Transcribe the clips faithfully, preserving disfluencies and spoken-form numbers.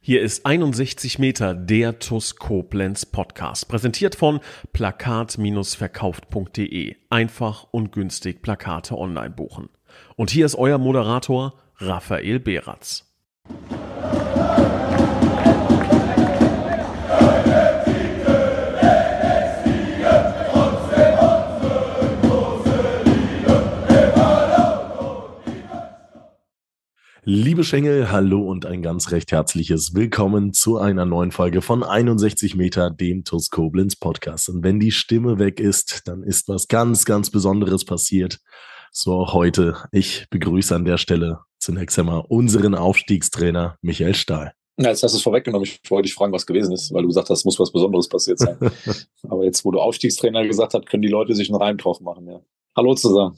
Hier ist einundsechzig Meter, der T U S Koblenz Podcast, präsentiert von plakat Verkauft punkt de. Einfach und günstig Plakate online buchen. Und hier ist euer Moderator Raphael Beratz. Liebe Schengel, hallo und ein ganz recht herzliches Willkommen zu einer neuen Folge von einundsechzig Meter, dem T U S Koblenz Podcast. Und wenn die Stimme weg ist, dann ist was ganz, ganz Besonderes passiert. So auch heute. Ich begrüße an der Stelle zunächst einmal unseren Aufstiegstrainer Michael Stahl. Ja, jetzt hast du es vorweggenommen. Ich wollte dich fragen, was gewesen ist, weil du gesagt hast, es muss was Besonderes passiert sein. Aber jetzt, wo du Aufstiegstrainer gesagt hast, können die Leute sich einen Reim drauf machen. Ja. Hallo zusammen.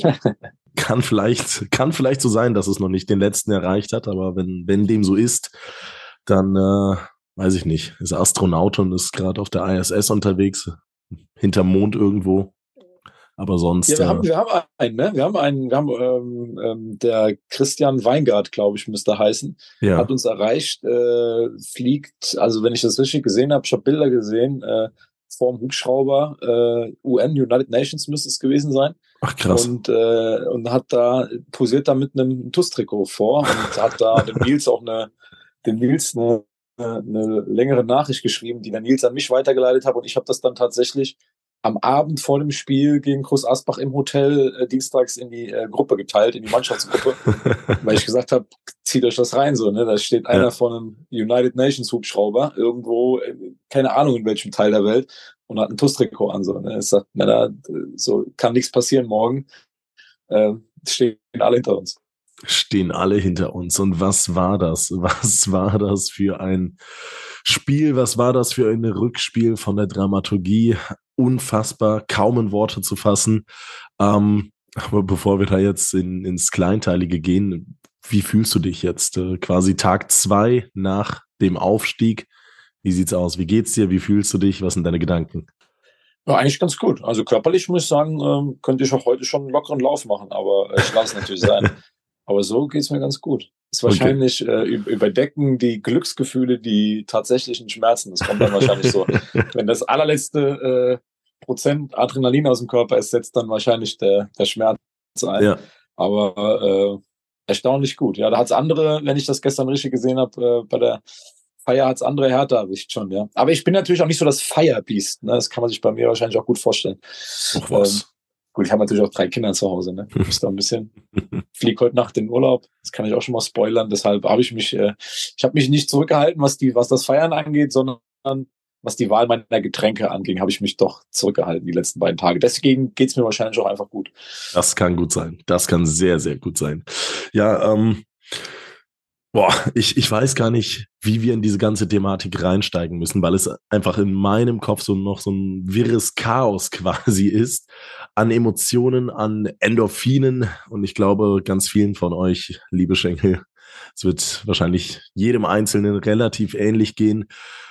Kann vielleicht, kann vielleicht so sein, dass es noch nicht den letzten erreicht hat, aber wenn, wenn dem so ist, dann äh, weiß ich nicht. Ist Astronaut und ist gerade auf der I S S unterwegs, hinterm Mond irgendwo. Aber sonst. Ja, wir äh, haben, wir haben einen, ne? Wir haben einen, wir haben ähm, ähm, der Christian Weingart, glaube ich, müsste heißen, ja. hat uns erreicht, äh, fliegt, also wenn ich das richtig gesehen habe, ich habe Bilder gesehen, äh, vorm Hubschrauber, äh, U N, United Nations müsste es gewesen sein. Ach krass. Und, äh, und hat da, posiert da mit einem T U S-Trikot vor und hat da dem Nils auch eine, dem Nils eine, eine längere Nachricht geschrieben, die der Nils an mich weitergeleitet hat. Und ich habe das dann tatsächlich am Abend vor dem Spiel gegen Groß Asbach im Hotel äh, dienstags in die äh, Gruppe geteilt, in die Mannschaftsgruppe, weil ich gesagt habe, zieht euch das rein so, ne? Da steht einer Ja. von einem United Nations Hubschrauber irgendwo, äh, keine Ahnung in welchem Teil der Welt, und hat ein T U S-Trikot an. So, ne? Ich sag, na, da, so kann nichts passieren morgen. Äh, stehen alle hinter uns. Stehen alle hinter uns. Und was war das? Was war das für ein Spiel? Was war das für ein Rückspiel von der Dramaturgie? Unfassbar, kaum in Worte zu fassen. Ähm, aber bevor wir da jetzt in, ins Kleinteilige gehen, wie fühlst du dich jetzt? Äh, quasi Tag zwei nach dem Aufstieg. Wie sieht's aus? Wie geht's dir? Wie fühlst du dich? Was sind deine Gedanken? Ja, eigentlich ganz gut. Also körperlich muss ich sagen, ähm, könnte ich auch heute schon einen lockeren Lauf machen, aber äh, ich lasse es natürlich sein. Aber so geht's mir ganz gut. Ist wahrscheinlich okay. äh, überdecken die Glücksgefühle die tatsächlichen Schmerzen. Das kommt dann wahrscheinlich so. Wenn das allerletzte äh, Prozent Adrenalin aus dem Körper ist, setzt dann wahrscheinlich der, der Schmerz ein. Ja. Aber äh, erstaunlich gut. Ja, da hat's andere, wenn ich das gestern richtig gesehen habe, äh, bei der Feier hat's andere Härte erwischt schon, ja. Aber ich bin natürlich auch nicht so das Firebeast, ne? Das kann man sich bei mir wahrscheinlich auch gut vorstellen. Ach was. Ähm, gut, ich habe natürlich auch drei Kinder zu Hause, ne? Ich muss da ein bisschen, fliege heute Nacht in Urlaub, das kann ich auch schon mal spoilern, deshalb habe ich mich, äh, ich habe mich nicht zurückgehalten, was die, was das Feiern angeht, sondern was die Wahl meiner Getränke anging, habe ich mich doch zurückgehalten die letzten beiden Tage. Deswegen geht's mir wahrscheinlich auch einfach gut. Das kann gut sein. Das kann sehr, sehr gut sein. Ja, ähm, Boah, ich, ich weiß gar nicht, wie wir in diese ganze Thematik reinsteigen müssen, weil es einfach in meinem Kopf so noch so ein wirres Chaos quasi ist an Emotionen, an Endorphinen, und ich glaube, ganz vielen von euch, liebe Schenkel, es wird wahrscheinlich jedem Einzelnen relativ ähnlich gehen.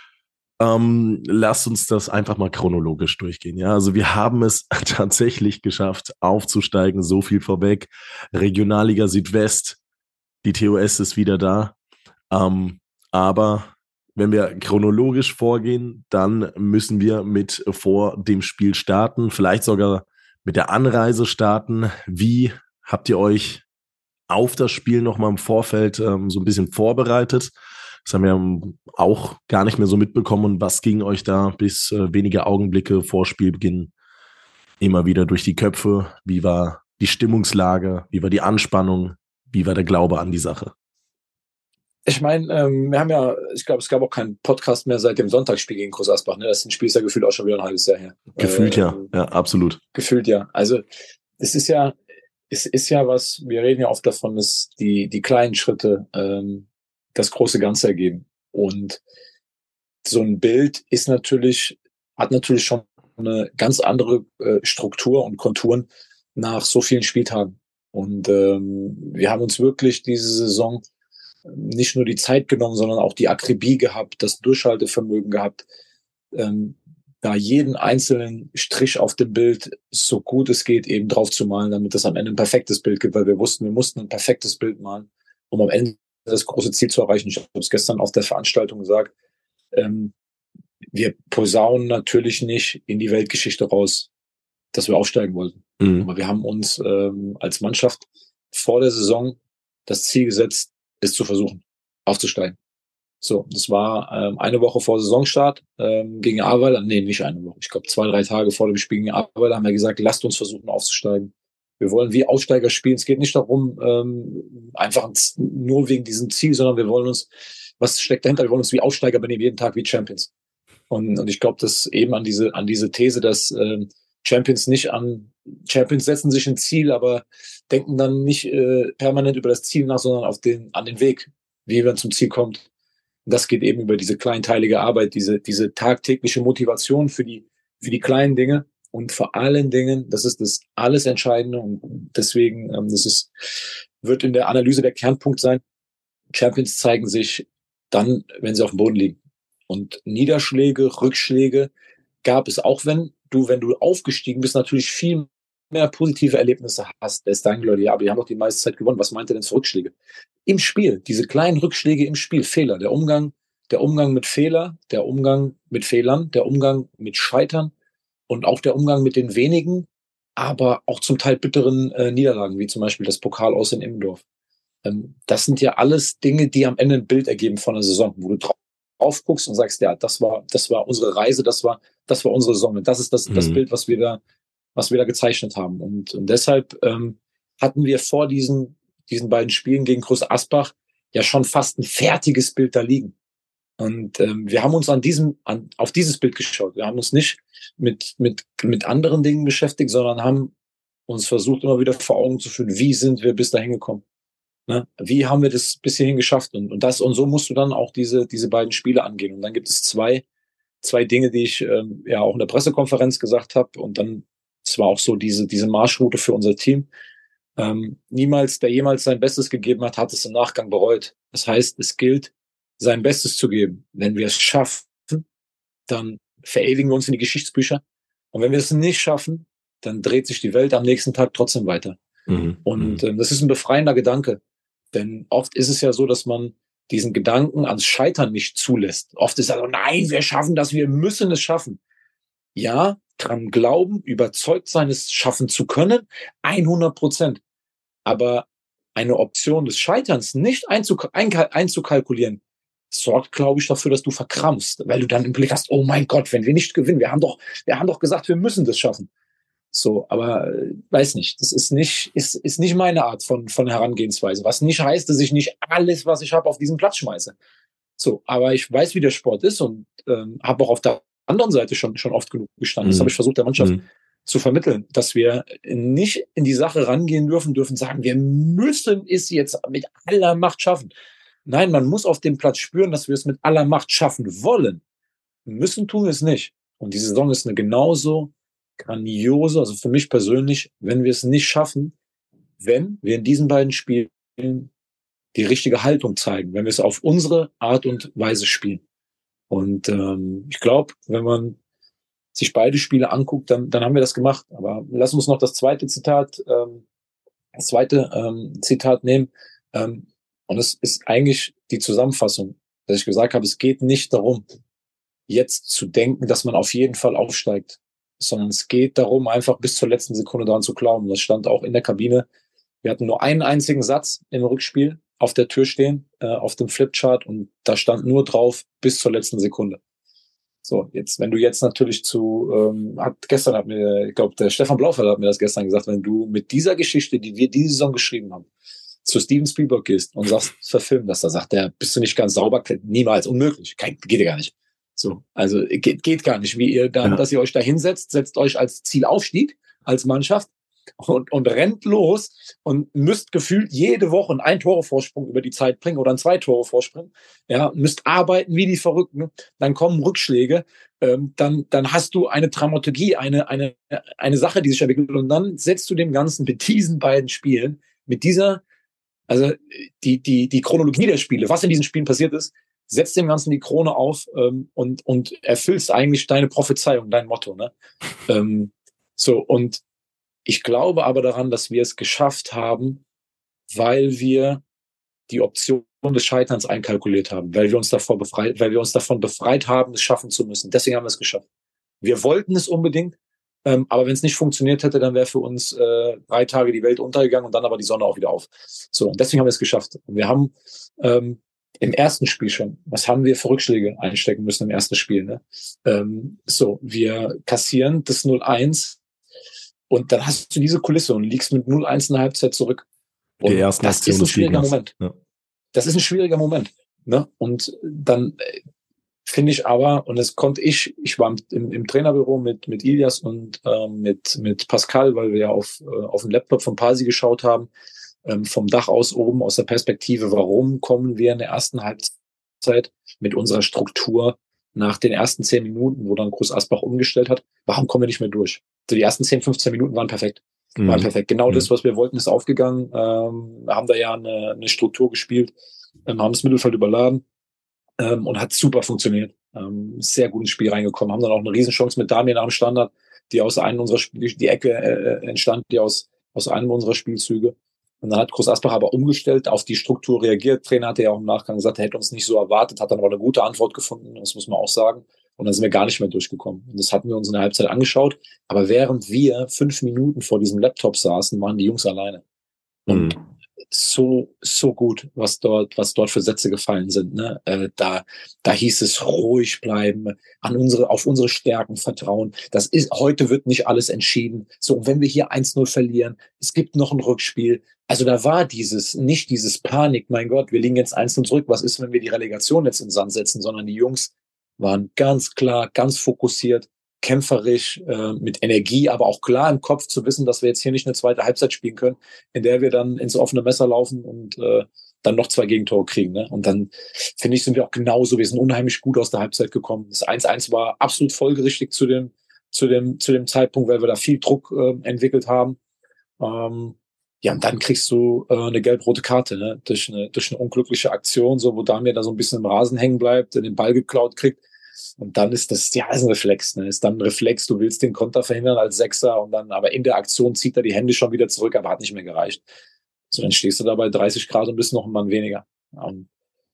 Ähm, lasst uns das einfach mal chronologisch durchgehen. Ja, also wir haben es tatsächlich geschafft, aufzusteigen, so viel vorweg. Regionalliga Südwest. Die T O S ist wieder da, ähm, aber wenn wir chronologisch vorgehen, dann müssen wir mit vor dem Spiel starten, vielleicht sogar mit der Anreise starten. Wie habt ihr euch auf das Spiel nochmal im Vorfeld ähm, so ein bisschen vorbereitet? Das haben wir auch gar nicht mehr so mitbekommen. Und was ging euch da bis äh, wenige Augenblicke vor Spielbeginn immer wieder durch die Köpfe? Wie war die Stimmungslage? Wie war die Anspannung? Wie war der Glaube an die Sache? Ich meine, ähm, wir haben ja, ich glaube, es gab auch keinen Podcast mehr seit dem Sonntagsspiel gegen Groß Asbach. Ne? Das Spiel ist ja gefühlt auch schon wieder ein halbes Jahr her. Gefühlt äh, ja, ja, absolut. Gefühlt ja. Also es ist ja, es ist ja was, wir reden ja oft davon, dass die, die kleinen Schritte ähm, das große Ganze ergeben. Und so ein Bild ist natürlich, hat natürlich schon eine ganz andere äh, Struktur und Konturen nach so vielen Spieltagen. Und ähm, wir haben uns wirklich diese Saison nicht nur die Zeit genommen, sondern auch die Akribie gehabt, das Durchhaltevermögen gehabt, ähm, da jeden einzelnen Strich auf dem Bild so gut es geht eben drauf zu malen, damit das am Ende ein perfektes Bild gibt, weil wir wussten, wir mussten ein perfektes Bild malen, um am Ende das große Ziel zu erreichen. Ich habe es gestern auf der Veranstaltung gesagt. Ähm, wir posaunen natürlich nicht in die Weltgeschichte raus, dass wir aufsteigen wollten. Mhm. Aber wir haben uns ähm, als Mannschaft vor der Saison das Ziel gesetzt, es zu versuchen, aufzusteigen. So, das war ähm, eine Woche vor Saisonstart ähm, gegen Ahrweiler. Nee, nicht eine Woche. Ich glaube, zwei, drei Tage vor dem Spiel gegen Ahrweiler haben wir gesagt, lasst uns versuchen aufzusteigen. Wir wollen wie Aufsteiger spielen. Es geht nicht darum, ähm, einfach nur wegen diesem Ziel, sondern wir wollen uns, was steckt dahinter? Wir wollen uns wie Aufsteiger benehmen, jeden Tag wie Champions. Und, und ich glaube, dass eben an diese, an diese These, dass ähm, Champions nicht an, Champions setzen sich ein Ziel, aber denken dann nicht äh, permanent über das Ziel nach, sondern auf den, an den Weg, wie man zum Ziel kommt. Und das geht eben über diese kleinteilige Arbeit, diese, diese tagtägliche Motivation für die, für die kleinen Dinge. Und vor allen Dingen, das ist das alles Entscheidende. Und deswegen, ähm, das ist, wird in der Analyse der Kernpunkt sein. Champions zeigen sich dann, wenn sie auf dem Boden liegen. Und Niederschläge, Rückschläge gab es, auch wenn du, wenn du aufgestiegen bist, natürlich viel mehr positive Erlebnisse hast. Das ist dein Leute, ja, aber die haben doch die meiste Zeit gewonnen. Was meint ihr denn für Rückschläge? Im Spiel, diese kleinen Rückschläge im Spiel, Fehler, der Umgang, der Umgang mit Fehler, der Umgang mit Fehlern, der Umgang mit Scheitern und auch der Umgang mit den wenigen, aber auch zum Teil bitteren äh, Niederlagen, wie zum Beispiel das Pokal aus in Immendorf. Ähm, das sind ja alles Dinge, die am Ende ein Bild ergeben von der Saison, wo du drauf aufguckst und sagst, ja, das war, das war unsere Reise, das war, das war unsere Saison. Und das ist das, mhm. das Bild, was wir da, was wir da gezeichnet haben. Und, und deshalb ähm, hatten wir vor diesen, diesen beiden Spielen gegen Groß Asbach ja schon fast ein fertiges Bild da liegen. Und ähm, wir haben uns an diesem, an, auf dieses Bild geschaut. Wir haben uns nicht mit, mit, mit anderen Dingen beschäftigt, sondern haben uns versucht, immer wieder vor Augen zu führen, wie sind wir bis dahin gekommen? Ne? Wie haben wir das bis hierhin geschafft? Und, und das, und so musst du dann auch diese, diese beiden Spiele angehen. Und dann gibt es zwei, zwei Dinge, die ich ähm, ja auch in der Pressekonferenz gesagt habe. Und dann, es war auch so diese, diese Marschroute für unser Team. Ähm, niemals, der jemals sein Bestes gegeben hat, hat es im Nachgang bereut. Das heißt, es gilt, sein Bestes zu geben. Wenn wir es schaffen, dann verewigen wir uns in die Geschichtsbücher. Und wenn wir es nicht schaffen, dann dreht sich die Welt am nächsten Tag trotzdem weiter. Mhm. Und ähm, das ist ein befreiender Gedanke. Denn oft ist es ja so, dass man diesen Gedanken ans Scheitern nicht zulässt. Oft ist er so, nein, wir schaffen das, wir müssen es schaffen. Ja, dran glauben, überzeugt sein, es schaffen zu können, hundert Prozent. Aber eine Option des Scheiterns nicht einzuk- einkal- einzukalkulieren, sorgt, glaube ich, dafür, dass du verkrampfst, weil du dann im Blick hast, oh mein Gott, wenn wir nicht gewinnen, wir haben doch, wir haben doch gesagt, wir müssen das schaffen. So, aber äh, weiß nicht, das ist nicht, ist, ist nicht meine Art von, von Herangehensweise. Was nicht heißt, dass ich nicht alles, was ich habe, auf diesen Platz schmeiße. So, aber ich weiß, wie der Sport ist und ähm, habe auch auf der anderen Seite schon, schon oft genug gestanden. Mhm. Das habe ich versucht, der Mannschaft mhm. zu vermitteln, dass wir nicht in die Sache rangehen dürfen, dürfen sagen, wir müssen es jetzt mit aller Macht schaffen. Nein, man muss auf dem Platz spüren, dass wir es mit aller Macht schaffen wollen. Müssen tun wir es nicht. Und die Saison ist eine genauso grandiose, also für mich persönlich, wenn wir es nicht schaffen, wenn wir in diesen beiden Spielen die richtige Haltung zeigen, wenn wir es auf unsere Art und Weise spielen. Und ähm, ich glaube, wenn man sich beide Spiele anguckt, dann, dann haben wir das gemacht. Aber lass uns noch das zweite Zitat, ähm, das zweite ähm, Zitat nehmen. Ähm, und es ist eigentlich die Zusammenfassung, dass ich gesagt habe, es geht nicht darum, jetzt zu denken, dass man auf jeden Fall aufsteigt, sondern es geht darum, einfach bis zur letzten Sekunde dran zu glauben. Das stand auch in der Kabine. Wir hatten nur einen einzigen Satz im Rückspiel auf der Tür stehen, äh, auf dem Flipchart, und da stand nur drauf, bis zur letzten Sekunde. So, jetzt, wenn du jetzt natürlich zu, ähm, hat, gestern hat mir, ich glaube, der Stefan Blaufeld hat mir das gestern gesagt, wenn du mit dieser Geschichte, die wir diese Saison geschrieben haben, zu Steven Spielberg gehst und sagst, verfilm das, da sagt der, bist du nicht ganz sauber? Niemals, unmöglich, Kein, geht ja gar nicht. So, also geht, geht gar nicht, wie ihr dann, ja. dass ihr euch da hinsetzt, setzt euch als Ziel Aufstieg, als Mannschaft und, und rennt los und müsst gefühlt jede Woche einen Ein-Tore-Vorsprung über die Zeit bringen oder einen Zwei-Tore-Vorsprung. Ja, müsst arbeiten wie die Verrückten, dann kommen Rückschläge, ähm, dann, dann hast du eine Dramaturgie, eine, eine, eine Sache, die sich entwickelt, und dann setzt du dem Ganzen mit diesen beiden Spielen, mit dieser, also die, die, die Chronologie der Spiele, was in diesen Spielen passiert ist, setzt dem Ganzen die Krone auf ähm, und, und erfüllst eigentlich deine Prophezeiung, dein Motto. Ne? ähm, so, und ich glaube aber daran, dass wir es geschafft haben, weil wir die Option des Scheiterns einkalkuliert haben, weil wir uns davor befreit, weil wir uns davon befreit haben, es schaffen zu müssen. Deswegen haben wir es geschafft. Wir wollten es unbedingt, ähm, aber wenn es nicht funktioniert hätte, dann wäre für uns äh, drei Tage die Welt untergegangen und dann aber die Sonne auch wieder auf. So, und deswegen haben wir es geschafft. Und wir haben ähm, im ersten Spiel schon, was haben wir für Rückschläge einstecken müssen im ersten Spiel? Ne? Ähm, so, wir kassieren das null eins und dann hast du diese Kulisse und liegst mit null eins in der Halbzeit zurück. Und Die ersten das ist ein schwieriger Moment. Ja. Das ist ein schwieriger Moment. Ne? Und dann äh, finde ich aber, und das konnte ich, ich war im, im Trainerbüro mit, mit Ilias und ähm, mit, mit Pascal, weil wir ja auf, äh, auf den Laptop von Pasi geschaut haben, ähm, vom Dach aus oben, aus der Perspektive, warum kommen wir in der ersten Halbzeit mit unserer Struktur nach den ersten zehn Minuten, wo dann Groß Asbach umgestellt hat, warum kommen wir nicht mehr durch? So die ersten zehn, fünfzehn Minuten waren perfekt. Mhm. Waren perfekt. Genau mhm. das, was wir wollten, ist aufgegangen. Ähm, haben da ja eine, eine Struktur gespielt, ähm, haben das Mittelfeld überladen ähm, und hat super funktioniert. Ähm, sehr gut ins Spiel reingekommen. Haben dann auch eine Riesenchance mit Damien am Standard, die aus einem unserer Spiel, die Ecke äh, entstand, die aus, aus einem unserer Spielzüge. Und dann hat Groß Asbach aber umgestellt, auf die Struktur reagiert. Trainer hatte ja auch im Nachgang gesagt, er hätte uns nicht so erwartet, hat dann aber eine gute Antwort gefunden, das muss man auch sagen. Und dann sind wir gar nicht mehr durchgekommen. Und das hatten wir uns in der Halbzeit angeschaut. Aber während wir fünf Minuten vor diesem Laptop saßen, waren die Jungs alleine. Und mhm. so, so gut, was dort, was dort für Sätze gefallen sind, ne? Äh, da, da hieß es ruhig bleiben, an unsere, auf unsere Stärken vertrauen. Das ist, heute wird nicht alles entschieden. So, und wenn wir hier eins null verlieren, es gibt noch ein Rückspiel. Also da war dieses, nicht dieses Panik, mein Gott, wir liegen jetzt eins null zurück. Was ist, wenn wir die Relegation jetzt in den Sand setzen? Sondern die Jungs waren ganz klar, ganz fokussiert, kämpferisch, äh, mit Energie, aber auch klar im Kopf zu wissen, dass wir jetzt hier nicht eine zweite Halbzeit spielen können, in der wir dann ins offene Messer laufen und äh, dann noch zwei Gegentore kriegen. Ne? Und dann, finde ich, sind wir auch genauso. Wir sind unheimlich gut aus der Halbzeit gekommen. Das eins eins war absolut folgerichtig zu dem, zu dem, zu dem Zeitpunkt, weil wir da viel Druck äh, entwickelt haben. Ähm, ja, und dann kriegst du äh, eine gelb-rote Karte, ne? durch, eine, durch eine unglückliche Aktion, so wo Damir da so ein bisschen im Rasen hängen bleibt, den Ball geklaut kriegt. Und dann ist das, ja, ist ein Reflex, ne? Ist dann ein Reflex, du willst den Konter verhindern als Sechser und dann, aber in der Aktion zieht er die Hände schon wieder zurück, aber hat nicht mehr gereicht. So, dann stehst du da bei dreißig Grad und bist noch ein Mann weniger. Um,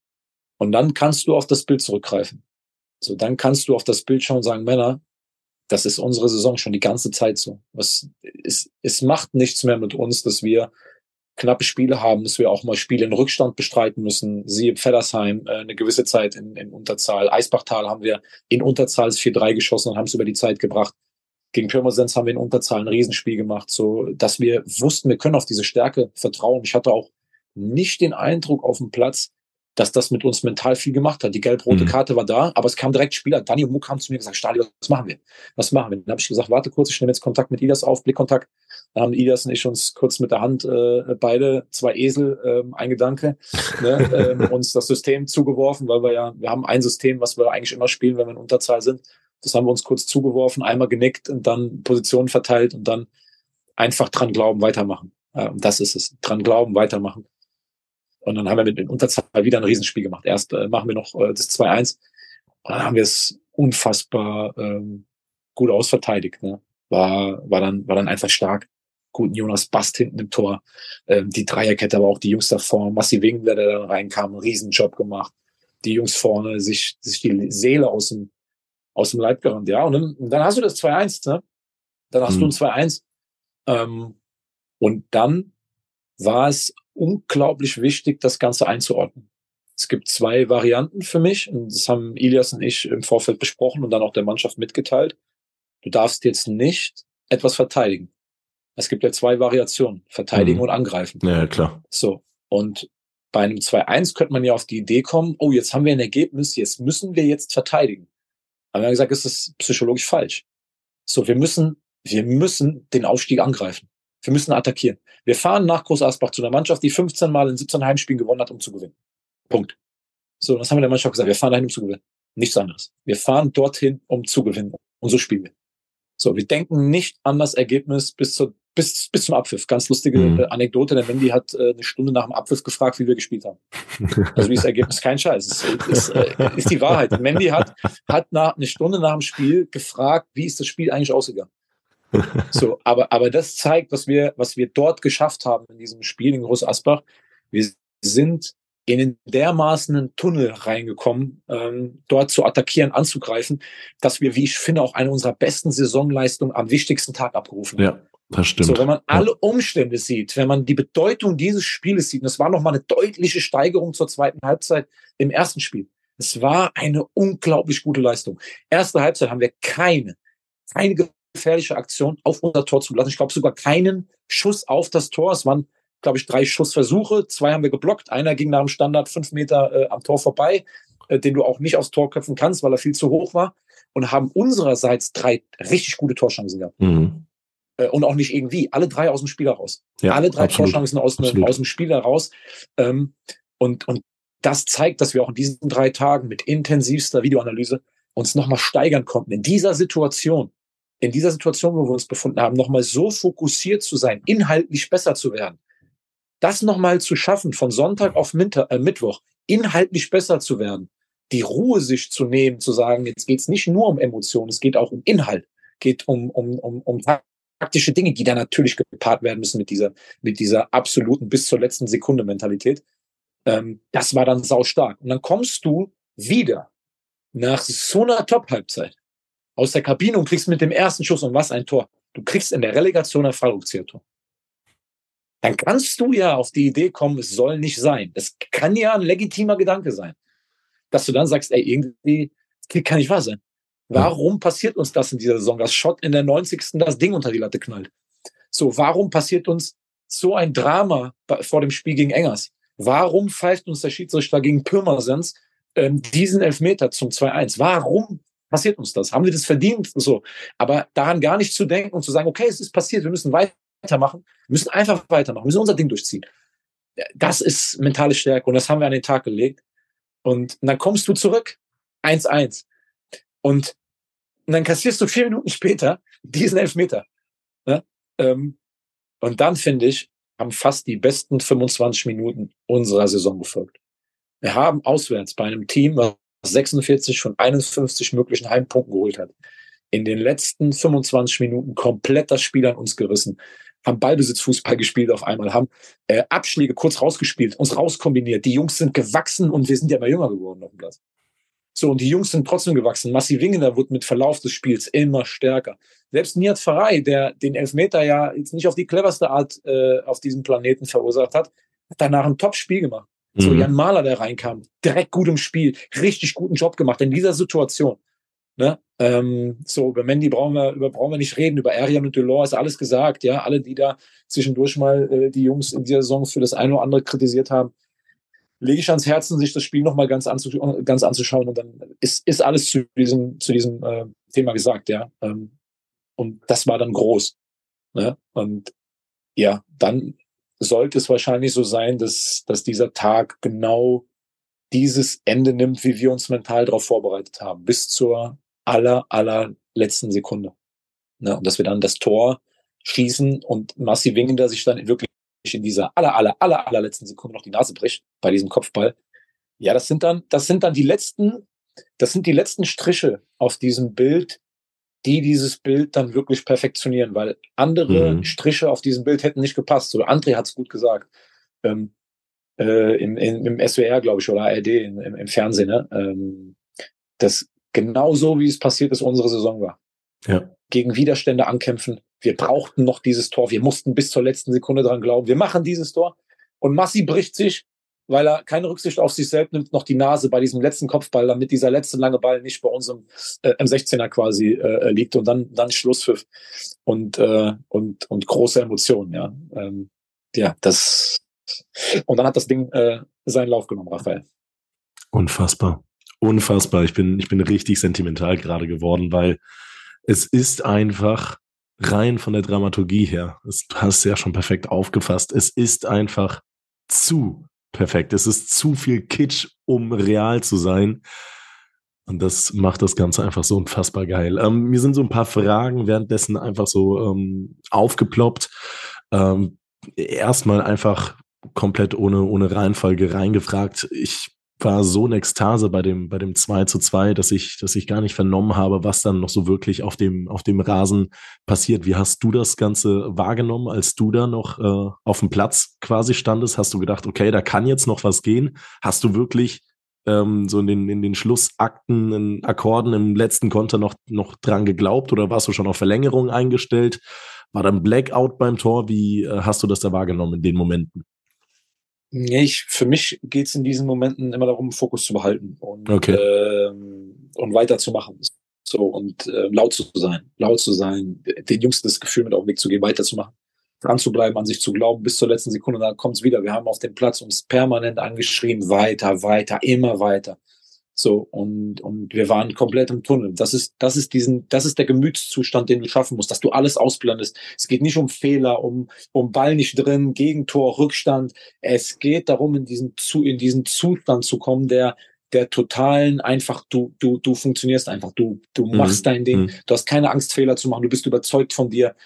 und dann kannst du auf das Bild zurückgreifen. So, dann kannst du auf das Bild schauen und sagen, Männer, das ist unsere Saison schon die ganze Zeit so. Was, es, es macht nichts mehr mit uns, dass wir knappe Spiele haben, dass wir auch mal Spiele in Rückstand bestreiten müssen. Siehe Pfeddersheim, äh, eine gewisse Zeit in, in Unterzahl. Eisbachtal haben wir in Unterzahl vier drei geschossen und haben es über die Zeit gebracht. Gegen Pirmasens haben wir in Unterzahl ein Riesenspiel gemacht, so dass wir wussten, wir können auf diese Stärke vertrauen. Ich hatte auch nicht den Eindruck auf dem Platz, dass das mit uns mental viel gemacht hat. Die gelb-rote mhm. Karte war da, aber es kam direkt Spieler. Dani und Muck haben zu mir gesagt, Stali, was machen wir? Was machen wir? Dann habe ich gesagt, warte kurz, ich nehme jetzt Kontakt mit Ilias auf, Blickkontakt. Dann haben Ilias und ich uns kurz mit der Hand äh, beide, zwei Esel, ähm, ein Gedanke, ne, ähm, uns das System zugeworfen, weil wir ja, wir haben ein System, was wir eigentlich immer spielen, wenn wir in Unterzahl sind. Das haben wir uns kurz zugeworfen, einmal genickt und dann Positionen verteilt und dann einfach dran glauben, weitermachen. Ja, und das ist es, dran glauben, weitermachen. Und dann haben wir mit den Unterzahl wieder ein Riesenspiel gemacht. Erst äh, machen wir noch äh, das zwei eins. Und dann haben wir es unfassbar ähm, gut ausverteidigt. Ne? War, war, dann, war dann einfach stark. Guten Jonas Bast hinten im Tor. Ähm, die Dreierkette, aber auch die Jungs davor. Massi Wingler, der da reinkam, einen Riesenjob gemacht. Die Jungs vorne, sich, sich die Seele aus dem, aus dem Leib gerannt. Ja, und dann, und dann hast du das zwei eins. Ne? Dann hast mhm. du ein zwei eins. Ähm, und dann war es unglaublich wichtig, das Ganze einzuordnen. Es gibt zwei Varianten für mich und das haben Ilias und ich im Vorfeld besprochen und dann auch der Mannschaft mitgeteilt. Du darfst jetzt nicht etwas verteidigen. Es gibt ja zwei Variationen, verteidigen mhm. und angreifen. Ja, klar. So, und bei einem zwei eins könnte man ja auf die Idee kommen, oh, jetzt haben wir ein Ergebnis, jetzt müssen wir jetzt verteidigen. Aber wir haben gesagt, es ist psychologisch falsch. So, wir müssen, wir müssen den Aufstieg angreifen. Wir müssen attackieren. Wir fahren nach Groß Asbach zu einer Mannschaft, die fünfzehn Mal in siebzehn Heimspielen gewonnen hat, um zu gewinnen. Punkt. So, das haben wir der Mannschaft gesagt. Wir fahren dahin, um zu gewinnen. Nichts anderes. Wir fahren dorthin, um zu gewinnen. Und so spielen wir. So, wir denken nicht an das Ergebnis bis, zur, bis, bis zum Abpfiff. Ganz lustige mhm. äh, Anekdote. Der Wendy hat äh, eine Stunde nach dem Abpfiff gefragt, wie wir gespielt haben. Also wie das Ergebnis, kein Scheiß. Es ist, ist, äh, ist die Wahrheit. Mandy hat, hat nach, eine Stunde nach dem Spiel gefragt, wie ist das Spiel eigentlich ausgegangen? So, aber, aber das zeigt, was wir, was wir dort geschafft haben in diesem Spiel in Groß Asbach. Wir sind in einen dermaßenen Tunnel reingekommen, ähm, dort zu attackieren, anzugreifen, dass wir, wie ich finde, auch eine unserer besten Saisonleistungen am wichtigsten Tag abgerufen haben. Ja, das stimmt. So, wenn man ja. alle Umstände sieht, wenn man die Bedeutung dieses Spieles sieht, und es war nochmal eine deutliche Steigerung zur zweiten Halbzeit im ersten Spiel. Es war eine unglaublich gute Leistung. Erste Halbzeit haben wir keine, keine gefährliche Aktion auf unser Tor zugelassen. Ich glaube sogar keinen Schuss auf das Tor. Es waren, glaube ich, drei Schussversuche. Zwei haben wir geblockt. Einer ging nach dem Standard fünf Meter äh, am Tor vorbei, äh, den du auch nicht aufs Tor köpfen kannst, weil er viel zu hoch war. Und haben unsererseits drei richtig gute Torchancen gehabt. Mhm. Äh, und auch nicht irgendwie. Alle drei aus dem Spiel heraus. Ja, Alle drei absolut. Torchancen aus, ne, aus dem Spiel heraus. Ähm, und, und das zeigt, dass wir auch in diesen drei Tagen mit intensivster Videoanalyse uns nochmal steigern konnten. In dieser Situation, in dieser Situation, wo wir uns befunden haben, nochmal so fokussiert zu sein, inhaltlich besser zu werden. Das nochmal zu schaffen, von Sonntag auf Minter, äh, Mittwoch, inhaltlich besser zu werden. Die Ruhe sich zu nehmen, zu sagen, jetzt geht es nicht nur um Emotionen, es geht auch um Inhalt, geht um, um, um, um taktische Dinge, die da natürlich gepaart werden müssen mit dieser, mit dieser absoluten bis zur letzten Sekunde Mentalität. Ähm, das war dann saustark. Und dann kommst du wieder nach so einer Top-Halbzeit aus der Kabine und kriegst mit dem ersten Schuss, und was ein Tor. Du kriegst in der Relegation ein Fallrückzieher-Tor. Dann kannst du ja auf die Idee kommen, es soll nicht sein. Das kann ja ein legitimer Gedanke sein. Dass du dann sagst, ey, irgendwie, das kann nicht wahr sein. Warum passiert uns das in dieser Saison, dass Schott in der neunzigsten das Ding unter die Latte knallt? So, warum passiert uns so ein Drama vor dem Spiel gegen Engers? Warum pfeift uns der Schiedsrichter gegen Pirmasens ähm, diesen Elfmeter zum zwei eins? Warum passiert uns das? Haben wir das verdient? So, aber daran gar nicht zu denken und zu sagen, okay, es ist passiert, wir müssen weitermachen, wir müssen einfach weitermachen, wir müssen unser Ding durchziehen. Das ist mentale Stärke und das haben wir an den Tag gelegt. Und dann kommst du zurück, eins eins. Und, und dann kassierst du vier Minuten später diesen Elfmeter. Ne? Ähm, und dann, finde ich, haben fast die besten fünfundzwanzig Minuten unserer Saison gefolgt. Wir haben auswärts bei einem Team, was sechsundvierzig von einundfünfzig möglichen Heimpunkten geholt hat, in den letzten fünfundzwanzig Minuten komplett das Spiel an uns gerissen, haben Ballbesitzfußball gespielt auf einmal, haben äh, Abschläge kurz rausgespielt, uns rauskombiniert. Die Jungs sind gewachsen und wir sind ja immer jünger geworden auf dem Platz. So, und die Jungs sind trotzdem gewachsen. Massi Wingener wird mit Verlauf des Spiels immer stärker. Selbst Nihat Faray, der den Elfmeter ja jetzt nicht auf die cleverste Art äh, auf diesem Planeten verursacht hat, hat danach ein Top-Spiel gemacht. Mhm. So, Jan Mahler, der reinkam, direkt gut im Spiel, richtig guten Job gemacht in dieser Situation. Ne? Ähm, so, über Mendy brauchen wir, über, brauchen wir nicht reden, über Arian und Delors ist alles gesagt, ja. Alle, die da zwischendurch mal äh, die Jungs in dieser Saison für das eine oder andere kritisiert haben, lege ich ans Herzen, sich das Spiel nochmal ganz, anzusch- ganz anzuschauen und dann ist, ist alles zu diesem, zu diesem äh, Thema gesagt, ja. Ähm, und das war dann groß. Ne? Und ja, dann sollte es wahrscheinlich so sein, dass, dass dieser Tag genau dieses Ende nimmt, wie wir uns mental darauf vorbereitet haben, bis zur aller, aller letzten Sekunde. Ne? Und dass wir dann das Tor schießen und Massi Wingender sich dann wirklich in dieser aller, aller, aller, allerletzten Sekunde noch die Nase bricht bei diesem Kopfball. Ja, das sind dann, das sind dann die letzten, das sind die letzten Striche auf diesem Bild, die dieses Bild dann wirklich perfektionieren, weil andere mhm. Striche auf diesem Bild hätten nicht gepasst. Oder André hat es gut gesagt. Ähm, äh, im, im, im S W R, glaube ich, oder A R D, im, im Fernsehen, ne? ähm, das genau so, wie es passiert ist, unsere Saison war. Ja. Gegen Widerstände ankämpfen. Wir brauchten noch dieses Tor. Wir mussten bis zur letzten Sekunde dran glauben. Wir machen dieses Tor. Und Massi bricht sich, weil er keine Rücksicht auf sich selbst nimmt, noch die Nase bei diesem letzten Kopfball, damit dieser letzte lange Ball nicht bei uns im, äh, im sechzehner quasi äh, liegt. Und dann, dann Schlusspfiff. Und, äh, und, und große Emotionen, ja. Ähm, ja, das. Und dann hat das Ding äh, seinen Lauf genommen, Raphael. Unfassbar. Unfassbar. Ich bin, ich bin richtig sentimental gerade geworden, weil es ist einfach rein von der Dramaturgie her, das, du hast es ja schon perfekt aufgefasst, es ist einfach zu perfekt. Es ist zu viel Kitsch, um real zu sein. Und das macht das Ganze einfach so unfassbar geil. Ähm, mir sind so ein paar Fragen währenddessen einfach so ähm, aufgeploppt. Ähm, erstmal einfach komplett ohne, ohne Reihenfolge reingefragt. Ich war so eine Ekstase bei dem, bei dem zwei zu zwei, dass ich, dass ich gar nicht vernommen habe, was dann noch so wirklich auf dem, auf dem Rasen passiert. Wie hast du das Ganze wahrgenommen, als du da noch äh, auf dem Platz quasi standest? Hast du gedacht, okay, da kann jetzt noch was gehen? Hast du wirklich ähm, so in den, in den Schlussakten, in Akkorden im letzten Konter noch, noch dran geglaubt oder warst du schon auf Verlängerung eingestellt? War dann Blackout beim Tor? Wie äh, hast du das da wahrgenommen in den Momenten? Nee, ich, für mich geht es in diesen Momenten immer darum, Fokus zu behalten und, Okay. ähm, und weiterzumachen. So, und äh, laut zu sein, laut zu sein, den Jungs das Gefühl mit auf den Weg zu gehen, weiterzumachen, dran zu bleiben, an sich zu glauben, bis zur letzten Sekunde, dann kommt es wieder. Wir haben auf dem Platz uns permanent angeschrien, weiter, weiter, immer weiter. So, und, und wir waren komplett im Tunnel. Das ist, das ist diesen, das ist der Gemütszustand, den du schaffen musst, dass du alles ausblendest. Es geht nicht um Fehler, um, um Ball nicht drin, Gegentor, Rückstand. Es geht darum, in diesen, zu, in diesen Zustand zu kommen, der, der totalen einfach, du, du, du funktionierst einfach, du, du machst mhm. dein Ding. Mhm. Du hast keine Angst, Fehler zu machen. Du bist überzeugt von dir.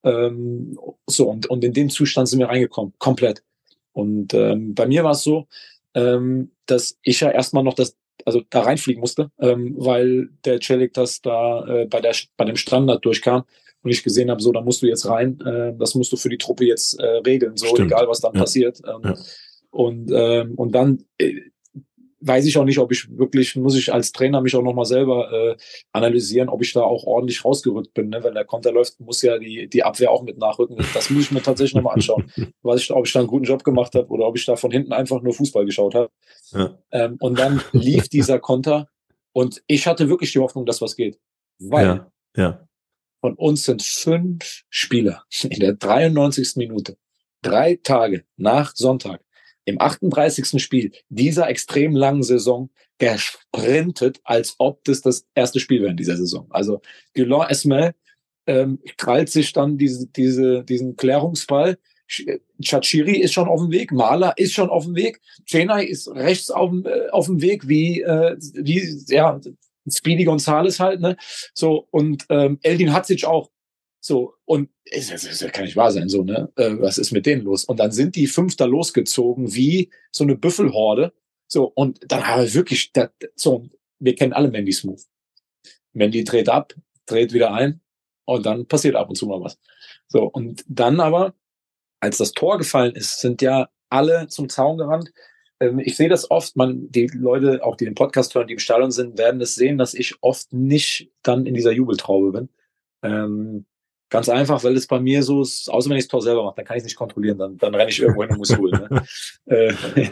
Ähm, so, und, und in den Zustand sind wir reingekommen. Komplett. Und, ähm, bei mir war es so, ähm, dass ich ja erstmal noch das, also da reinfliegen musste, ähm, weil der Celik das da äh, bei der bei dem Standard durchkam und ich gesehen habe, so, da musst du jetzt rein, äh, das musst du für die Truppe jetzt äh, regeln, so Stimmt. egal was dann ja. passiert. Ähm, ja. Und ähm, und dann äh, weiß ich auch nicht, ob ich wirklich, muss ich als Trainer mich auch nochmal selber äh, analysieren, ob ich da auch ordentlich rausgerückt bin. Ne? Wenn der Konter läuft, muss ja die die Abwehr auch mit nachrücken. Das muss ich mir tatsächlich nochmal anschauen, was ich, ob ich da einen guten Job gemacht habe oder ob ich da von hinten einfach nur Fußball geschaut habe. Ja. Ähm, und dann lief dieser Konter und ich hatte wirklich die Hoffnung, dass was geht. Weil ja. Ja. von uns sind fünf Spieler in der dreiundneunzigsten Minute, drei Tage nach Sonntag, im achtunddreißigsten Spiel dieser extrem langen Saison gesprintet, als ob das das erste Spiel wäre in dieser Saison. Also Guillaume Esmel ähm, krallt sich dann diese, diese, diesen Klärungsball. Chachiri ist schon auf dem Weg, Mahler ist schon auf dem Weg, Chenay ist rechts auf dem, äh, auf dem Weg, wie, äh, wie ja, Speedy Gonzales halt, ne? So, und ähm, Eldin Hadzic auch. So, und es, es, es kann nicht wahr sein, so, ne? Äh, was ist mit denen los? Und dann sind die Fünfter losgezogen, wie so eine Büffelhorde. So, und dann haben wir wirklich, das, so, wir kennen alle Mendys Move. Mendy dreht ab, dreht wieder ein und dann passiert ab und zu mal was. So, und dann aber, als das Tor gefallen ist, sind ja alle zum Zaun gerannt. Ähm, ich sehe das oft, man, die Leute, auch die den Podcast hören, die im Stadion sind, werden das sehen, dass ich oft nicht dann in dieser Jubeltraube bin. Ähm, Ganz einfach, weil es bei mir so ist, außer wenn ich das Tor selber mache, dann kann ich es nicht kontrollieren, dann, dann renne ich irgendwo hin und muss holen. Ne? äh,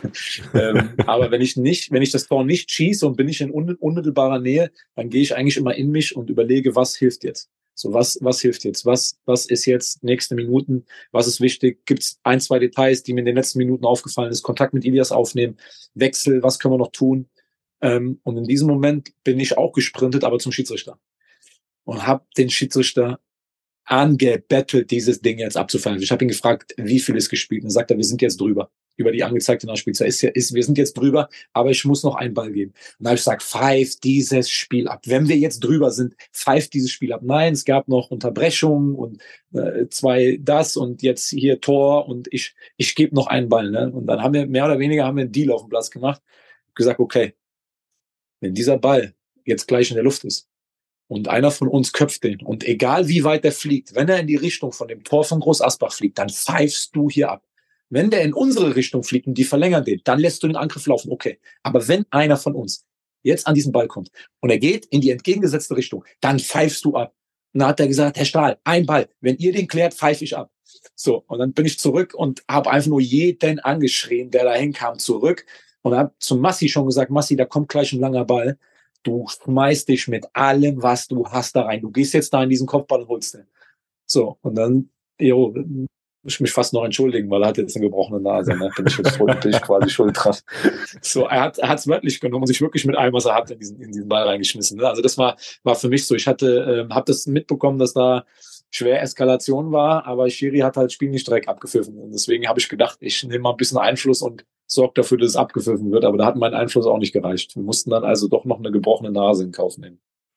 ähm, aber wenn ich nicht, wenn ich das Tor nicht schieße und bin ich in un- unmittelbarer Nähe, dann gehe ich eigentlich immer in mich und überlege, was hilft jetzt? So, was, was hilft jetzt? Was, was ist jetzt nächste Minuten? Was ist wichtig? Gibt es ein, zwei Details, die mir in den letzten Minuten aufgefallen ist? Kontakt mit Ilias aufnehmen, Wechsel, was können wir noch tun? Ähm, und in diesem Moment bin ich auch gesprintet, aber zum Schiedsrichter. Und habe den Schiedsrichter angebettelt, dieses Ding jetzt abzufallen. Ich habe ihn gefragt, wie viel ist gespielt? Und sagt er, wir sind jetzt drüber. Über die angezeigte Nachspielzeit ist ja, ist, wir sind jetzt drüber, aber ich muss noch einen Ball geben. Und da habe ich gesagt, pfeif dieses Spiel ab. Wenn wir jetzt drüber sind, pfeif dieses Spiel ab. Nein, es gab noch Unterbrechungen und äh, zwei das und jetzt hier Tor und ich ich gebe noch einen Ball. Ne? Und dann haben wir mehr oder weniger haben wir einen Deal auf dem Platz gemacht. Gesagt, okay, wenn dieser Ball jetzt gleich in der Luft ist, und einer von uns köpft den. Und egal wie weit der fliegt, wenn er in die Richtung von dem Tor von Groß Asbach fliegt, dann pfeifst du hier ab. Wenn der in unsere Richtung fliegt und die verlängern den, dann lässt du den Angriff laufen. Okay. Aber wenn einer von uns jetzt an diesen Ball kommt und er geht in die entgegengesetzte Richtung, dann pfeifst du ab. Und dann hat er gesagt, Herr Stahl, ein Ball. Wenn ihr den klärt, pfeife ich ab. So. Und dann bin ich zurück und habe einfach nur jeden angeschrien, der da hinkam, zurück. Und habe zum Massi schon gesagt, Massi, da kommt gleich ein langer Ball. Du schmeißt dich mit allem, was du hast, da rein. Du gehst jetzt da in diesen Kopfball und holst den. So, und dann, jo, muss ich mich fast noch entschuldigen, weil er hat jetzt eine gebrochene Nase. Ne? Bin ich jetzt voll, bin ich quasi schuld dran. So, er hat, er hat's wörtlich genommen und sich wirklich mit allem, was er hat, in diesen, in diesen Ball reingeschmissen. Ne? Also das war, war für mich so. Ich hatte, ähm, habe das mitbekommen, dass da schwer Eskalation war, aber Schiri hat halt das Spiel nicht direkt abgepfiffen. Und deswegen habe ich gedacht, ich nehme mal ein bisschen Einfluss und sorgt dafür, dass es abgepfiffen wird, aber da hat mein Einfluss auch nicht gereicht. Wir mussten dann also doch noch eine gebrochene Nase in Kauf nehmen.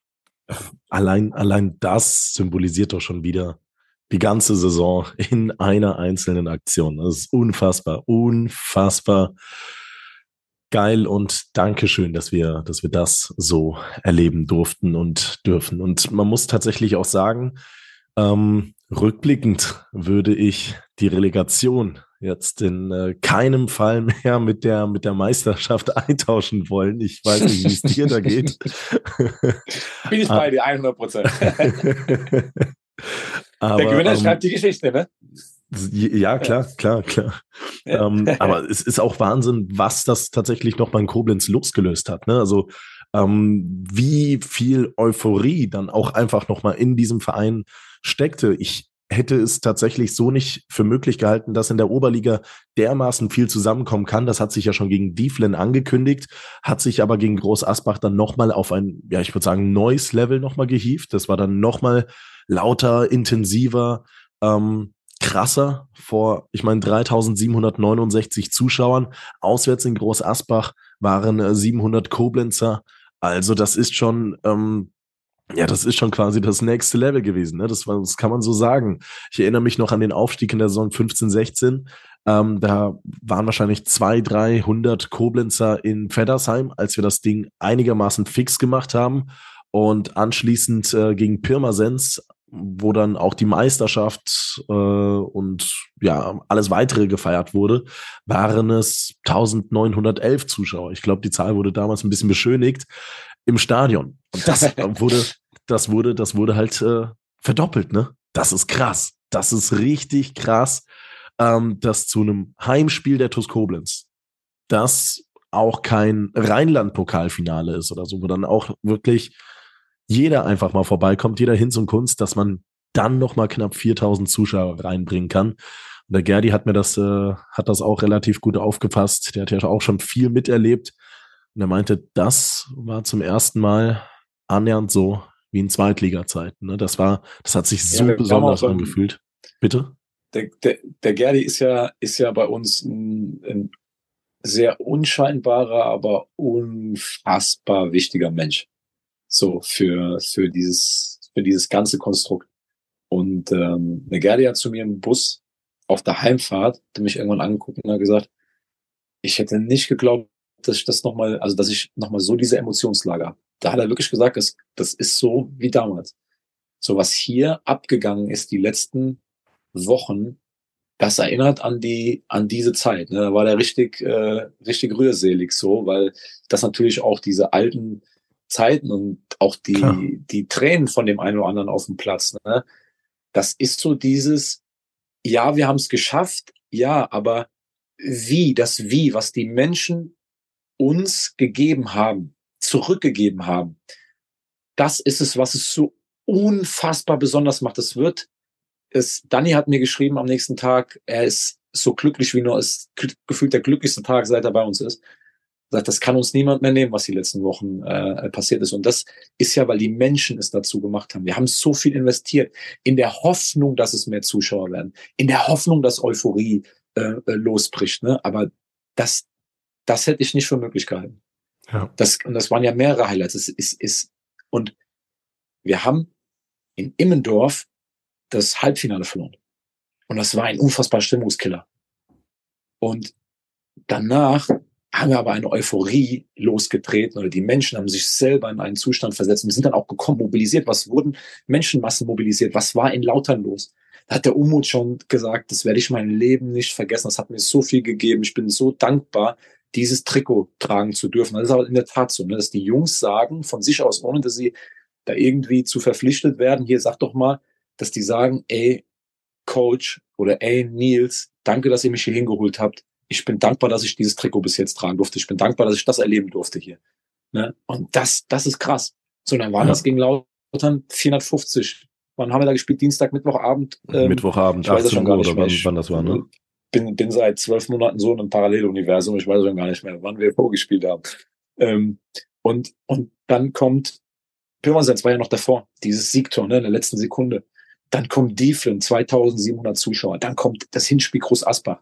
Allein, allein das symbolisiert doch schon wieder die ganze Saison in einer einzelnen Aktion. Das ist unfassbar, unfassbar. geil und Dankeschön, dass wir, dass wir das so erleben durften und dürfen. Und man muss tatsächlich auch sagen, ähm, rückblickend würde ich die Relegation jetzt in äh, keinem Fall mehr mit der, mit der Meisterschaft eintauschen wollen. Ich weiß nicht, wie es dir da geht. Bin ich bei dir, hundert Prozent. Aber, der Gewinner ähm, schreibt die Geschichte, ne? Ja, klar, klar, klar. Ja. Ähm, aber es ist auch Wahnsinn, was das tatsächlich nochmal in Koblenz losgelöst hat. Ne? Also ähm, wie viel Euphorie dann auch einfach nochmal in diesem Verein steckte. Ich hätte es tatsächlich so nicht für möglich gehalten, dass in der Oberliga dermaßen viel zusammenkommen kann. Das hat sich ja schon gegen Dieflen angekündigt, hat sich aber gegen Groß Asbach dann nochmal auf ein, ja, ich würde sagen, neues Level nochmal gehievt. Das war dann nochmal lauter, intensiver, ähm, krasser vor, ich meine, dreitausendsiebenhundertneunundsechzig Zuschauern. Auswärts in Groß Asbach waren äh, siebenhundert Koblenzer. Also das ist schon, ähm, ja, das ist schon quasi das nächste Level gewesen. Ne? Das, war, das kann man so sagen. Ich erinnere mich noch an den Aufstieg in der Saison fünfzehn sechzehn. Ähm, da waren wahrscheinlich zweihundert, dreihundert Koblenzer in Feddersheim, als wir das Ding einigermaßen fix gemacht haben. Und anschließend äh, gegen Pirmasens, wo dann auch die Meisterschaft äh, und ja alles weitere gefeiert wurde, waren es neunzehnhundertelf Zuschauer. Ich glaube, die Zahl wurde damals ein bisschen beschönigt im Stadion. Und das wurde, das wurde, das wurde halt äh, verdoppelt, ne? Das ist krass. Das ist richtig krass, ähm, dass zu einem Heimspiel der T U S Koblenz, das auch kein Rheinland-Pokalfinale ist oder so, wo dann auch wirklich jeder einfach mal vorbeikommt, jeder Hinz und Kunst, dass man dann noch mal knapp viertausend Zuschauer reinbringen kann. Und der Gerdi hat mir das, äh, hat das auch relativ gut aufgefasst. Der hat ja auch schon viel miterlebt. Und er meinte, das war zum ersten Mal annähernd so wie in Zweitliga-Zeiten. Ne? Das war, das hat sich so ja, besonders angefühlt. Bitte? Der, der, der Gerdi ist ja, ist ja bei uns ein, ein sehr unscheinbarer, aber unfassbar wichtiger Mensch. So für, für dieses, für dieses ganze Konstrukt. Und ähm, der Gerdi hat zu mir im Bus auf der Heimfahrt, hat mich irgendwann angeguckt und hat gesagt, ich hätte nicht geglaubt, dass ich das nochmal, also dass ich nochmal so diese Emotionslage habe. Da hat er wirklich gesagt, das, das ist so wie damals. So was hier abgegangen ist die letzten Wochen, das erinnert an die, an diese Zeit. Ne? Da war der richtig, äh, richtig rührselig so, weil das natürlich auch diese alten Zeiten und auch die, Klar. die Tränen von dem einen oder anderen auf dem Platz. Ne? Das ist so dieses, ja, wir haben es geschafft, ja, aber wie, das Wie, was die Menschen uns gegeben haben, zurückgegeben haben, das ist es, was es so unfassbar besonders macht. Es wird, es, Danny hat mir geschrieben am nächsten Tag, er ist so glücklich wie nur, es gefühlt der glücklichste Tag, seit er bei uns ist. Er sagt, das kann uns niemand mehr nehmen, was die letzten Wochen äh, passiert ist. Und das ist ja, weil die Menschen es dazu gemacht haben. Wir haben so viel investiert in der Hoffnung, dass es mehr Zuschauer werden, in der Hoffnung, dass Euphorie äh, losbricht. Ne? Aber das, das hätte ich nicht für möglich gehalten. Ja. Das, und das waren ja mehrere Highlights. Es ist, ist, und wir haben in Immendorf das Halbfinale verloren. Und das war ein unfassbarer Stimmungskiller. Und danach haben wir aber eine Euphorie losgetreten oder die Menschen haben sich selber in einen Zustand versetzt und sind dann auch gekommen, mobilisiert. Was wurden Menschenmassen mobilisiert? Was war in Lautern los? Da hat der Umut schon gesagt, das werde ich mein Leben nicht vergessen. Das hat mir so viel gegeben. Ich bin so dankbar, dieses Trikot tragen zu dürfen. Das ist aber in der Tat so, ne, dass die Jungs sagen von sich aus, ohne dass sie da irgendwie zu verpflichtet werden, hier sag doch mal, dass die sagen, ey, Coach oder ey, Nils, danke, dass ihr mich hier hingeholt habt. Ich bin dankbar, dass ich dieses Trikot bis jetzt tragen durfte. Ich bin dankbar, dass ich das erleben durfte hier. Ne? Und das, das ist krass. So, dann waren Ja. das gegen Lautern vierhundertfünfzig. Wann haben wir da gespielt? Dienstag, Mittwochabend? Ähm, Mittwochabend, ich weiß das achtzehn schon gar Uhr nicht oder mehr. wann, Ich wann das war, ne? bin, bin seit zwölf Monaten so in einem Paralleluniversum. Ich weiß schon gar nicht mehr, wann wir vorgespielt haben. Ähm, und, und dann kommt Pirmasens war ja noch davor, dieses Siegtor, ne, in der letzten Sekunde. Dann kommt Dieflen, zweitausendsiebenhundert Zuschauer. Dann kommt das Hinspiel Groß Asbach,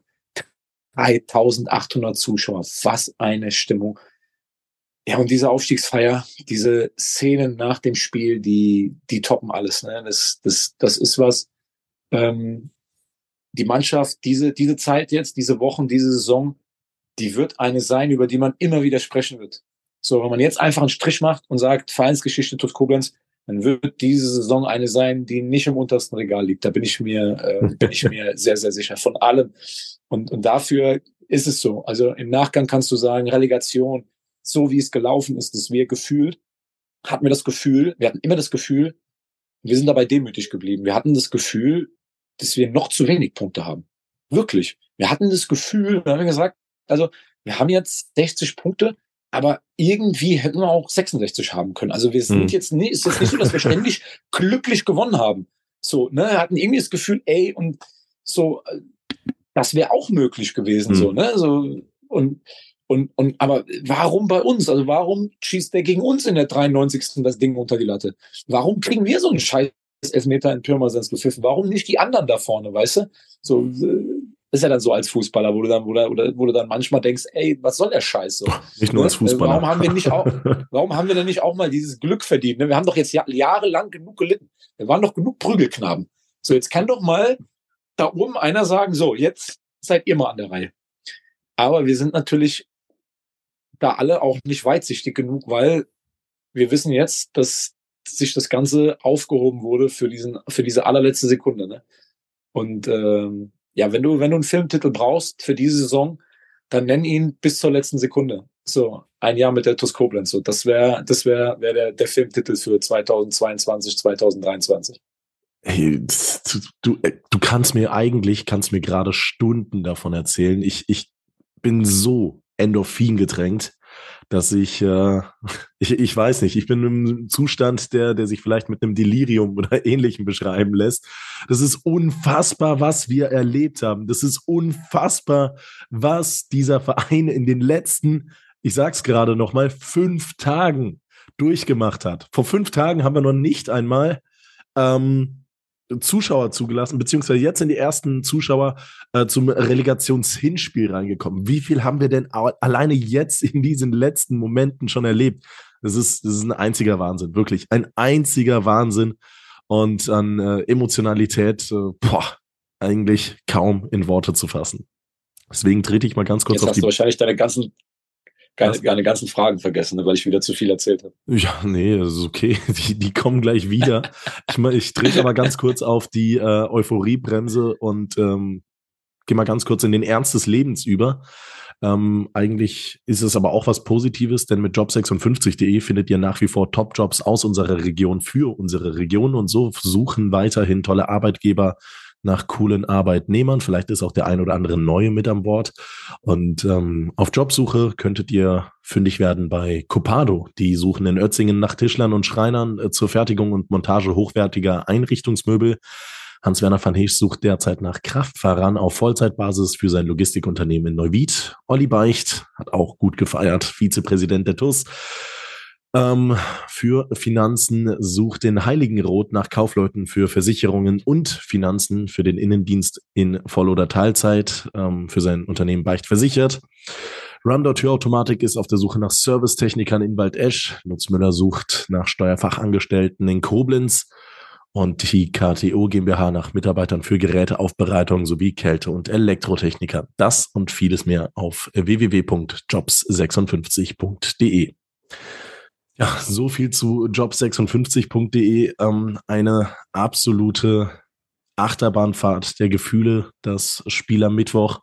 dreitausendachthundert Zuschauer. Was eine Stimmung. Ja, und diese Aufstiegsfeier, diese Szenen nach dem Spiel, die, die toppen alles. Ne? Das, das, das ist was, ähm, die Mannschaft, diese, diese Zeit jetzt, diese Wochen, diese Saison, die wird eine sein, über die man immer wieder sprechen wird. So, wenn man jetzt einfach einen Strich macht und sagt, Vereinsgeschichte TuS Koblenz, dann wird diese Saison eine sein, die nicht im untersten Regal liegt. Da bin ich mir, äh, bin ich mir sehr, sehr sicher von allem. Und, und dafür ist es so. Also im Nachgang kannst du sagen, Relegation, so wie es gelaufen ist, dass wir gefühlt, hatten wir das Gefühl, wir hatten immer das Gefühl, wir sind dabei demütig geblieben. Wir hatten das Gefühl, dass wir noch zu wenig Punkte haben. Wirklich. Wir hatten das Gefühl, wir haben gesagt, also wir haben jetzt sechzig Punkte, aber irgendwie hätten wir auch sechsundsechzig haben können. Also wir sind hm. jetzt nicht, ist jetzt nicht so, dass wir ständig glücklich gewonnen haben. So, ne, wir hatten irgendwie das Gefühl, ey, und so, das wäre auch möglich gewesen, hm. so, ne, so, und, und, und, aber warum bei uns? Also warum schießt der gegen uns in der dreiundneunzigsten das Ding unter die Latte? Warum kriegen wir so einen scheiß Elfmeter in Pirmasens gepfiffen? Warum nicht die anderen da vorne, weißt du? So, ist ja dann so als Fußballer, wo du dann, wo du, oder, wo du dann manchmal denkst, ey, was soll der Scheiß so? Nicht nur als Fußballer. Warum haben wir nicht auch, warum haben wir denn nicht auch mal dieses Glück verdient? Wir haben doch jetzt jahrelang genug gelitten. Wir waren doch genug Prügelknaben. So, jetzt kann doch mal da oben einer sagen, so, jetzt seid ihr mal an der Reihe. Aber wir sind natürlich da alle auch nicht weitsichtig genug, weil wir wissen jetzt, dass sich das Ganze aufgehoben wurde für diesen, für diese allerletzte Sekunde, ne? Und, ähm, ja, wenn du, wenn du einen Filmtitel brauchst für diese Saison, dann nenn ihn bis zur letzten Sekunde. So, ein Jahr mit der TuS Koblenz. So, das wäre, das wäre, wäre der, der Filmtitel für zweitausendzweiundzwanzig, zweitausenddreiundzwanzig. Hey, du, du kannst mir eigentlich, kannst mir gerade Stunden davon erzählen. Ich, ich bin so Endorphin getränkt, dass ich, äh, ich, ich weiß nicht, ich bin im Zustand, der, der sich vielleicht mit einem Delirium oder Ähnlichem beschreiben lässt. Das ist unfassbar, was wir erlebt haben. Das ist unfassbar, was dieser Verein in den letzten, ich sag's gerade nochmal, fünf Tagen durchgemacht hat. Vor fünf Tagen haben wir noch nicht einmal ähm, Zuschauer zugelassen, beziehungsweise jetzt sind die ersten Zuschauer äh, zum Relegationshinspiel reingekommen. Wie viel haben wir denn alleine jetzt in diesen letzten Momenten schon erlebt? Das ist, das ist ein einziger Wahnsinn, wirklich ein einziger Wahnsinn und an äh, Emotionalität, äh, boah, eigentlich kaum in Worte zu fassen. Deswegen trete ich mal ganz kurz jetzt auf hast die... Du wahrscheinlich deine ganzen Keine, keine ganzen Fragen vergessen, weil ich wieder zu viel erzählt habe. Ja, nee, das ist okay. Die, die kommen gleich wieder. Ich, ich trete aber ganz kurz auf die äh, Euphoriebremse und ähm, gehe mal ganz kurz in den Ernst des Lebens über. Ähm, eigentlich ist es aber auch was Positives, denn mit job sechsundfünfzig punkt de findet ihr nach wie vor Top-Jobs aus unserer Region für unsere Region und so suchen weiterhin tolle Arbeitgeber nach coolen Arbeitnehmern. Vielleicht ist auch der ein oder andere Neue mit an Bord. Und ähm, auf Jobsuche könntet ihr fündig werden bei Copado. Die suchen in Ötzingen nach Tischlern und Schreinern äh, zur Fertigung und Montage hochwertiger Einrichtungsmöbel. Hans-Werner van Heesch sucht derzeit nach Kraftfahrern auf Vollzeitbasis für sein Logistikunternehmen in Neuwied. Olli Beicht hat auch gut gefeiert, Vizepräsident der TuS. Ähm, für Finanzen sucht den Heiligenroth nach Kaufleuten für Versicherungen und Finanzen für den Innendienst in Voll- oder Teilzeit, ähm, für sein Unternehmen Beicht versichert. Rundor Türautomatik ist auf der Suche nach Servicetechnikern in Waldesch. Nutzmüller sucht nach Steuerfachangestellten in Koblenz und die K T O GmbH nach Mitarbeitern für Geräteaufbereitung sowie Kälte- und Elektrotechniker. Das und vieles mehr auf w w w punkt jobs sechsundfünfzig punkt de. Ja, so viel zu job sechsundfünfzig punkt de. Ähm, eine absolute Achterbahnfahrt der Gefühle. Das Spiel am Mittwoch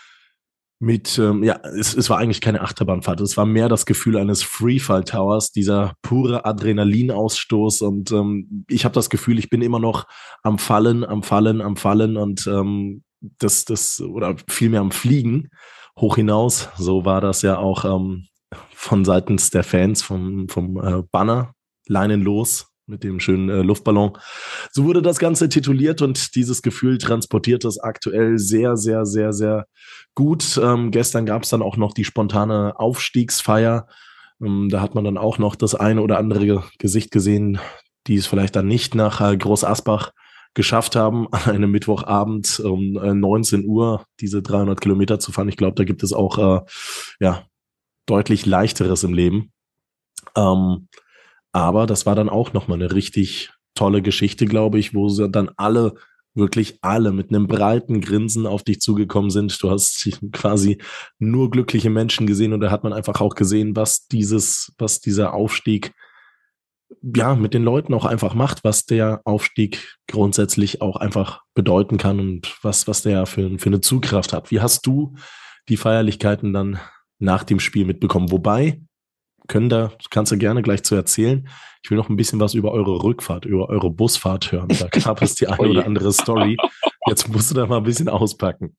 mit, ähm, ja, es, es war eigentlich keine Achterbahnfahrt. Es war mehr das Gefühl eines Freefall Towers, dieser pure Adrenalinausstoß. Und ähm, ich habe das Gefühl, ich bin immer noch am Fallen, am Fallen, am Fallen und ähm, das, das oder vielmehr am Fliegen hoch hinaus. So war das ja auch ähm, von seitens der Fans vom, vom äh, Banner, leinenlos mit dem schönen äh, Luftballon. So wurde das Ganze tituliert und dieses Gefühl transportiert es aktuell sehr, sehr, sehr, sehr gut. Ähm, gestern gab es dann auch noch die spontane Aufstiegsfeier. Ähm, da hat man dann auch noch das eine oder andere Gesicht gesehen, die es vielleicht dann nicht nach äh, Groß Asbach geschafft haben, an einem Mittwochabend um äh, neunzehn Uhr diese dreihundert Kilometer zu fahren. Ich glaube, da gibt es auch äh, ja deutlich leichteres im Leben. Ähm, aber das war dann auch nochmal eine richtig tolle Geschichte, glaube ich, wo sie dann alle wirklich alle mit einem breiten Grinsen auf dich zugekommen sind. Du hast quasi nur glückliche Menschen gesehen und da hat man einfach auch gesehen, was dieses, was dieser Aufstieg ja mit den Leuten auch einfach macht, was der Aufstieg grundsätzlich auch einfach bedeuten kann und was, was der für, für eine Zugkraft hat. Wie hast du die Feierlichkeiten dann nach dem Spiel mitbekommen? Wobei, können da, kannst du gerne gleich zu erzählen. Ich will noch ein bisschen was über eure Rückfahrt, über eure Busfahrt hören. Da gab es die eine oder andere Story. Jetzt musst du da mal ein bisschen auspacken.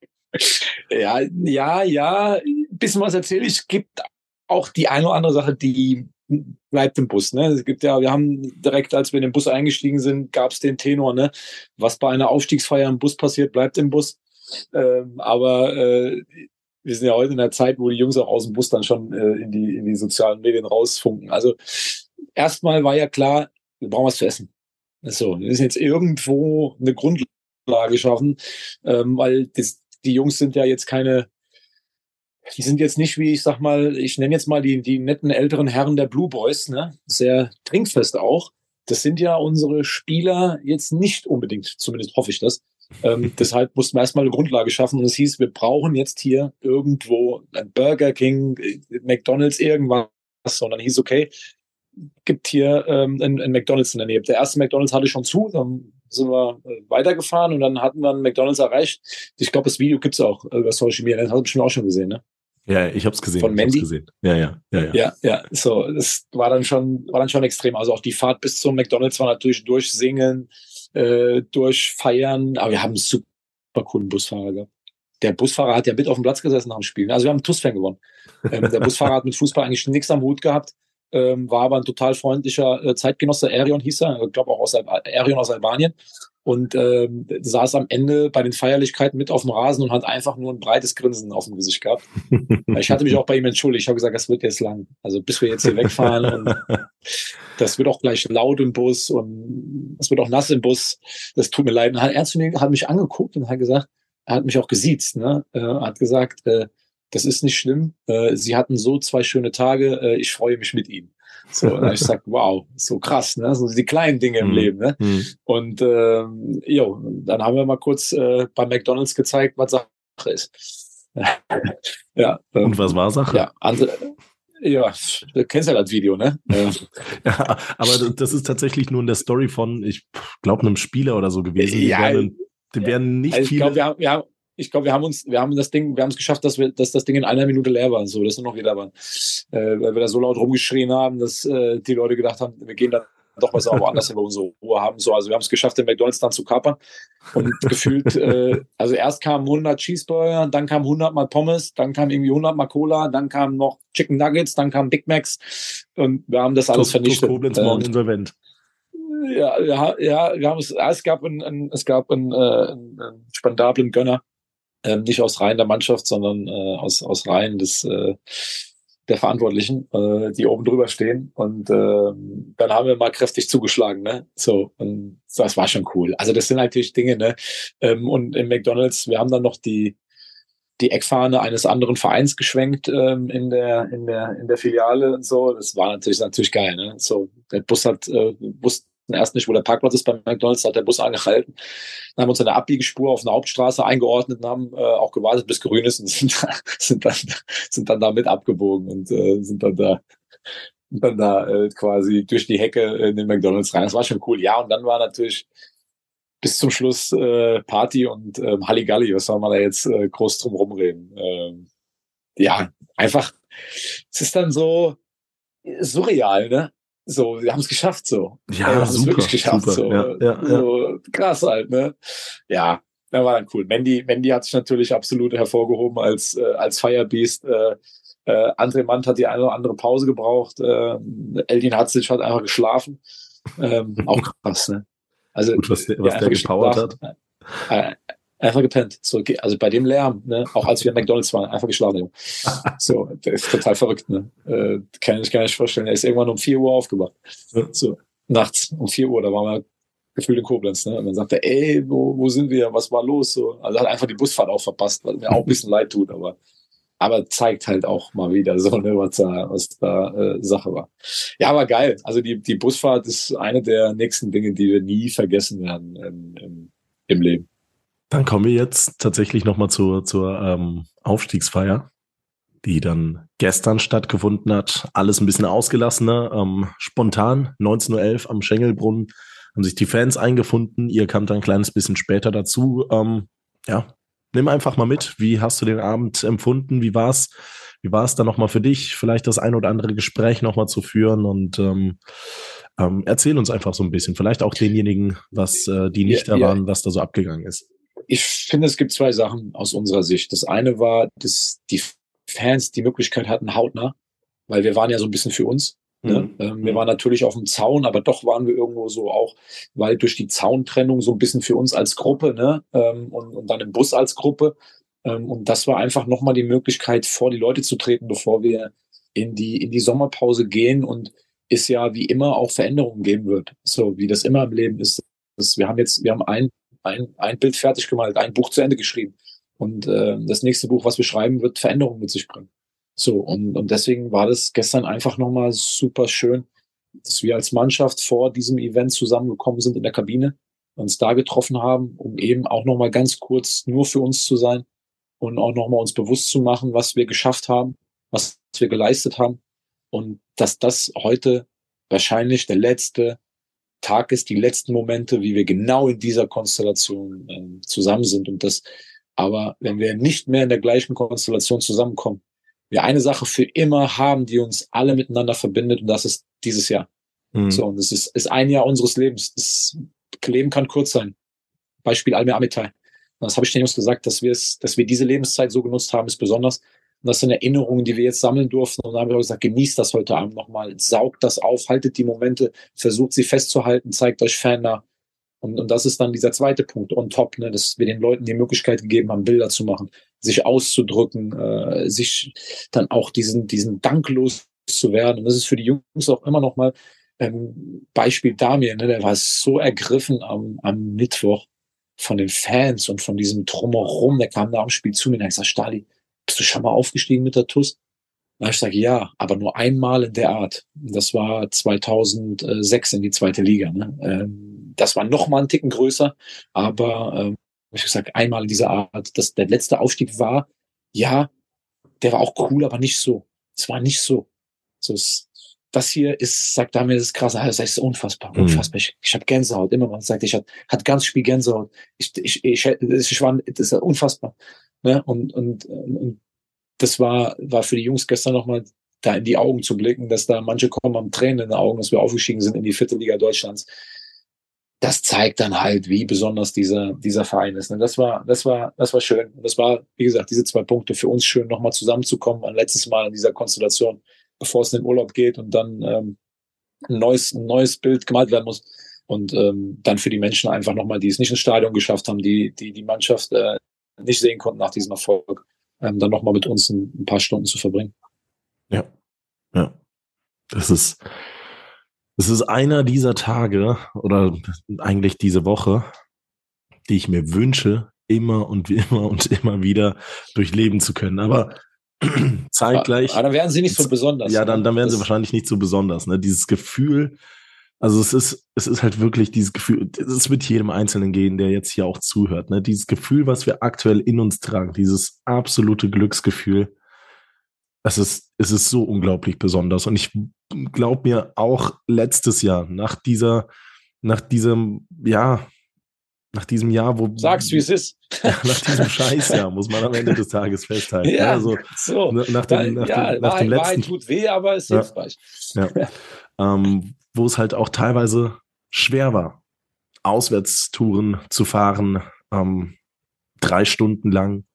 Ja, ja, ja, ein bisschen was erzähle ich. Es gibt auch die eine oder andere Sache, die bleibt im Bus. Ne? Es gibt ja, wir haben direkt, als wir in den Bus eingestiegen sind, gab es den Tenor, ne? Was bei einer Aufstiegsfeier im Bus passiert, bleibt im Bus. Ähm, aber äh, wir sind ja heute in der Zeit, wo die Jungs auch aus dem Bus dann schon äh, in die in die sozialen Medien rausfunken. Also erstmal war ja klar, wir brauchen was zu essen. So, wir müssen jetzt irgendwo eine Grundlage schaffen, ähm, weil das, die Jungs sind ja jetzt keine, die sind jetzt nicht wie, ich sag mal, ich nenne jetzt mal die die netten älteren Herren der Blue Boys, ne? Sehr trinkfest auch. Das sind ja unsere Spieler jetzt nicht unbedingt, zumindest hoffe ich das. Ähm, deshalb mussten wir erstmal eine Grundlage schaffen und es hieß, wir brauchen jetzt hier irgendwo ein Burger King, McDonald's, irgendwas. Und dann hieß, okay, gibt hier ähm, ein, ein McDonald's in der Nähe. Der erste McDonald's hatte schon zu, dann sind wir äh, weitergefahren und dann hatten wir einen McDonald's erreicht. Ich glaube, das Video gibt's auch äh, über Social Media, das hast du bestimmt auch schon gesehen, ne? Ja, ich habe es gesehen. Von Mandy. Gesehen. Ja, ja, ja, ja. Ja, ja. So, das war dann schon, war dann schon extrem. Also auch die Fahrt bis zum McDonald's war natürlich durchsingen, äh, durchfeiern. Aber wir haben einen super coolen Busfahrer gehabt. Der Busfahrer hat ja mit auf dem Platz gesessen nach dem Spiel. Also wir haben einen T U S-Fan gewonnen. Ähm, der Busfahrer hat mit Fußball eigentlich nichts am Hut gehabt, ähm, war aber ein total freundlicher äh, Zeitgenosse. Arion hieß er, ich glaube auch aus Al- Arion aus Albanien. Und ähm, saß am Ende bei den Feierlichkeiten mit auf dem Rasen und hat einfach nur ein breites Grinsen auf dem Gesicht gehabt. Ich hatte mich auch bei ihm entschuldigt. Ich habe gesagt, das wird jetzt lang. Also bis wir jetzt hier wegfahren und das wird auch gleich laut im Bus und es wird auch nass im Bus. Das tut mir leid. Und er hat, zu mir, hat mich angeguckt und hat gesagt, er hat mich auch gesiezt. Ne? Er hat gesagt, äh, das ist nicht schlimm. Äh, Sie hatten so zwei schöne Tage. Äh, ich freue mich mit Ihnen. So, und dann hab ich gesagt, wow, so krass, ne? So die kleinen Dinge im Mhm. Leben, ne? Mhm. Und ähm, jo, dann haben wir mal kurz äh, bei McDonald's gezeigt, was Sache ist. Ja. Ähm, Und was war Sache? Ja, andere, ja, du kennst ja das Video, ne? Ähm, Ja, aber das ist tatsächlich nur in der Story von, ich glaube, einem Spieler oder so gewesen. Die Ja, werden, die werden nicht also ich viele. glaube, wir haben, wir haben, ich glaube, wir haben uns, wir haben das Ding, wir haben es geschafft, dass wir, dass das Ding in einer Minute leer war, so, dass nur noch wir da waren, äh, weil wir da so laut rumgeschrien haben, dass äh, die Leute gedacht haben, wir gehen dann doch was auch woanders hin, wo wir unsere Ruhe haben. So, also wir haben es geschafft, den McDonald's dann zu kapern und gefühlt, äh, also erst kamen hundert Cheeseburger, dann kamen hundert mal Pommes, dann kam irgendwie hundert mal Cola, dann kamen noch Chicken Nuggets, dann kamen Big Macs und wir haben das alles TuS vernichtet. Koblenz morgen Äh, insolvent. Ja, ja, ja, wir haben es, es gab einen, einen, es gab einen, äh, einen, einen spendablen Gönner, ähm, nicht aus Reihen der Mannschaft, sondern äh, aus, aus Reihen des, äh, der Verantwortlichen, äh, die oben drüber stehen. Und ähm, dann haben wir mal kräftig zugeschlagen, ne? So, und das war schon cool. Also das sind natürlich Dinge, ne? Ähm, und im McDonald's, wir haben dann noch die die Eckfahne eines anderen Vereins geschwenkt ähm, in der in der in der Filiale und so. Das war natürlich natürlich geil, ne? So, der Bus hat äh, wussten erst nicht, wo der Parkplatz ist beim McDonald's, hat der Bus angehalten. Dann haben wir uns in der Abbiegespur auf einer Hauptstraße eingeordnet und haben äh, auch gewartet, bis grün ist und sind, sind dann sind dann da mit abgebogen und äh, sind dann da und dann da äh, quasi durch die Hecke in den McDonald's rein. Das war schon cool. Ja, und dann war natürlich bis zum Schluss äh, Party und ähm, Halligalli, was soll man da jetzt äh, groß drum rumreden? Ähm, ja, einfach, es ist dann so surreal, ne? So, wir haben es geschafft, so. Ja, wir haben es super, wirklich geschafft, super. so. Ja, ja, so krass halt, ne? Ja, das war dann cool. Mandy, Mandy hat sich natürlich absolut hervorgehoben als äh, als Firebeast. Äh, äh, André Mandt hat die eine oder andere Pause gebraucht. Äh, Eldin Hatzic hat einfach geschlafen. Ähm, auch krass, ne? Also, Gut, was der, was ja, der gepowert hat. Äh, einfach gepennt. So, also bei dem Lärm, ne? Auch als wir in McDonald's waren, einfach geschlafen. Junge. So, der ist total verrückt, ne? Äh, kann ich gar nicht vorstellen. Er ist irgendwann um vier Uhr aufgewacht. So, nachts um vier Uhr, da waren wir gefühlt in Koblenz, ne? Und dann sagt er, ey, wo, wo sind wir? Was war los? So, also hat einfach die Busfahrt auch verpasst, was mir auch ein bisschen leid tut, aber aber zeigt halt auch mal wieder so, ne, was da, was da äh, Sache war. Ja, aber geil. Also die, die Busfahrt ist eine der nächsten Dinge, die wir nie vergessen werden im, im, im Leben. Dann kommen wir jetzt tatsächlich nochmal zur, zur ähm, Aufstiegsfeier, die dann gestern stattgefunden hat. Alles ein bisschen ausgelassener, ähm, spontan, neunzehn Uhr elf am Schengelbrunnen haben sich die Fans eingefunden. Ihr kamt dann ein kleines bisschen später dazu. Ähm, ja, nimm einfach mal mit. Wie hast du den Abend empfunden? Wie war's? Wie war es dann nochmal für dich? Vielleicht das ein oder andere Gespräch nochmal zu führen und ähm, ähm, erzähl uns einfach so ein bisschen. Vielleicht auch denjenigen, was äh, die nicht Ja, da ja. waren, was da so abgegangen ist. Ich finde, es gibt zwei Sachen aus unserer Sicht. Das eine war, dass die Fans die Möglichkeit hatten, hautnah, weil wir waren ja so ein bisschen für uns. Ne? Mhm. Ähm, wir waren natürlich auf dem Zaun, aber doch waren wir irgendwo so auch, weil durch die Zauntrennung so ein bisschen für uns als Gruppe, ne? ähm, und, und dann im Bus als Gruppe. Ähm, und das war einfach nochmal die Möglichkeit, vor die Leute zu treten, bevor wir in die, in die Sommerpause gehen und es ja wie immer auch Veränderungen geben wird. So wie das immer im Leben ist. Das, wir haben jetzt, wir haben ein ein, ein Bild fertig gemalt, ein Buch zu Ende geschrieben. Und äh, das nächste Buch, was wir schreiben, wird Veränderungen mit sich bringen. So, und, und deswegen war das gestern einfach nochmal super schön, dass wir als Mannschaft vor diesem Event zusammengekommen sind in der Kabine, uns da getroffen haben, um eben auch nochmal ganz kurz nur für uns zu sein und auch nochmal uns bewusst zu machen, was wir geschafft haben, was wir geleistet haben und dass das heute wahrscheinlich der letzte Tag ist, die letzten Momente, wie wir genau in dieser Konstellation äh, zusammen sind. Und das, aber wenn wir nicht mehr in der gleichen Konstellation zusammenkommen, wir eine Sache für immer haben, die uns alle miteinander verbindet, und das ist dieses Jahr. Mhm. So, und das ist, ist ein Jahr unseres Lebens. Das Leben kann kurz sein. Beispiel Almir Amitai. Das habe ich den Jungs gesagt, dass wir es, dass wir diese Lebenszeit so genutzt haben, ist besonders. Und das sind Erinnerungen, die wir jetzt sammeln durften. Und dann haben wir gesagt, genießt das heute Abend nochmal, saugt das auf, haltet die Momente, versucht sie festzuhalten, zeigt euch Fan da. Und, und das ist dann dieser zweite Punkt on top, ne, dass wir den Leuten die Möglichkeit gegeben haben, Bilder zu machen, sich auszudrücken, äh, sich dann auch diesen, diesen Dank loszuwerden. Und das ist für die Jungs auch immer noch mal ähm, Beispiel Damir, ne, der war so ergriffen am, am Mittwoch von den Fans und von diesem Drumherum. Der kam da am Spiel zu mir und hat gesagt, Stali, bist du schon mal aufgestiegen mit der T U S? Und ich sage, ja, aber nur einmal in der Art. Das war zweitausendsechs in die zweite Liga. Ne? Das war noch mal einen Ticken größer, aber ähm, ich habe gesagt, einmal in dieser Art. Das, der letzte Aufstieg war, ja, der war auch cool, aber nicht so. Es war nicht so. so das hier ist, sagt Damir, das ist krass. Das ist unfassbar, unfassbar. Ich, ich habe Gänsehaut. Immer man sagt, ich hatte hat ganz Spiel Gänsehaut. Ich, ich, ich, ich war, das ist unfassbar. Ne? Und, und, und das war, war für die Jungs gestern nochmal da in die Augen zu blicken, dass da manche kommen am Tränen in den Augen, dass wir aufgestiegen sind in die vierte Liga Deutschlands. Das zeigt dann halt, wie besonders dieser, dieser Verein ist. Und das war, das war, das war schön. Und das war, wie gesagt, diese zwei Punkte für uns schön, nochmal zusammenzukommen, ein letztes Mal in dieser Konstellation, bevor es in den Urlaub geht und dann ähm, ein neues, ein neues Bild gemalt werden muss. Und ähm, dann für die Menschen einfach nochmal, die es nicht ins Stadion geschafft haben, die die, die Mannschaft äh, nicht sehen konnten nach diesem Erfolg, ähm, dann nochmal mit uns ein, ein paar Stunden zu verbringen. Ja, ja. Das ist, das ist einer dieser Tage oder eigentlich diese Woche, die ich mir wünsche, immer und immer und immer wieder durchleben zu können. Aber zeitgleich. Aber dann wären sie nicht so besonders. Ja, dann, dann wären das sie wahrscheinlich nicht so besonders. Ne? Dieses Gefühl, also es ist, es ist halt wirklich dieses Gefühl, es wird jedem Einzelnen gehen, der jetzt hier auch zuhört. Ne? Dieses Gefühl, was wir aktuell in uns tragen, dieses absolute Glücksgefühl, es ist, es ist so unglaublich besonders. Und ich glaube mir auch letztes Jahr, nach dieser, nach diesem, ja, nach diesem Jahr, wo... Sag's, wie es ist. Nach diesem Scheißjahr, muss man am Ende des Tages festhalten. Ja, also, so. Nach dem, nach ja, dem, nach dem Wahrheit, letzten... Wahrheit tut weh, aber ist ja, hilfreich. Ja. ähm, wo es halt auch teilweise schwer war, Auswärtstouren zu fahren, ähm, drei Stunden lang.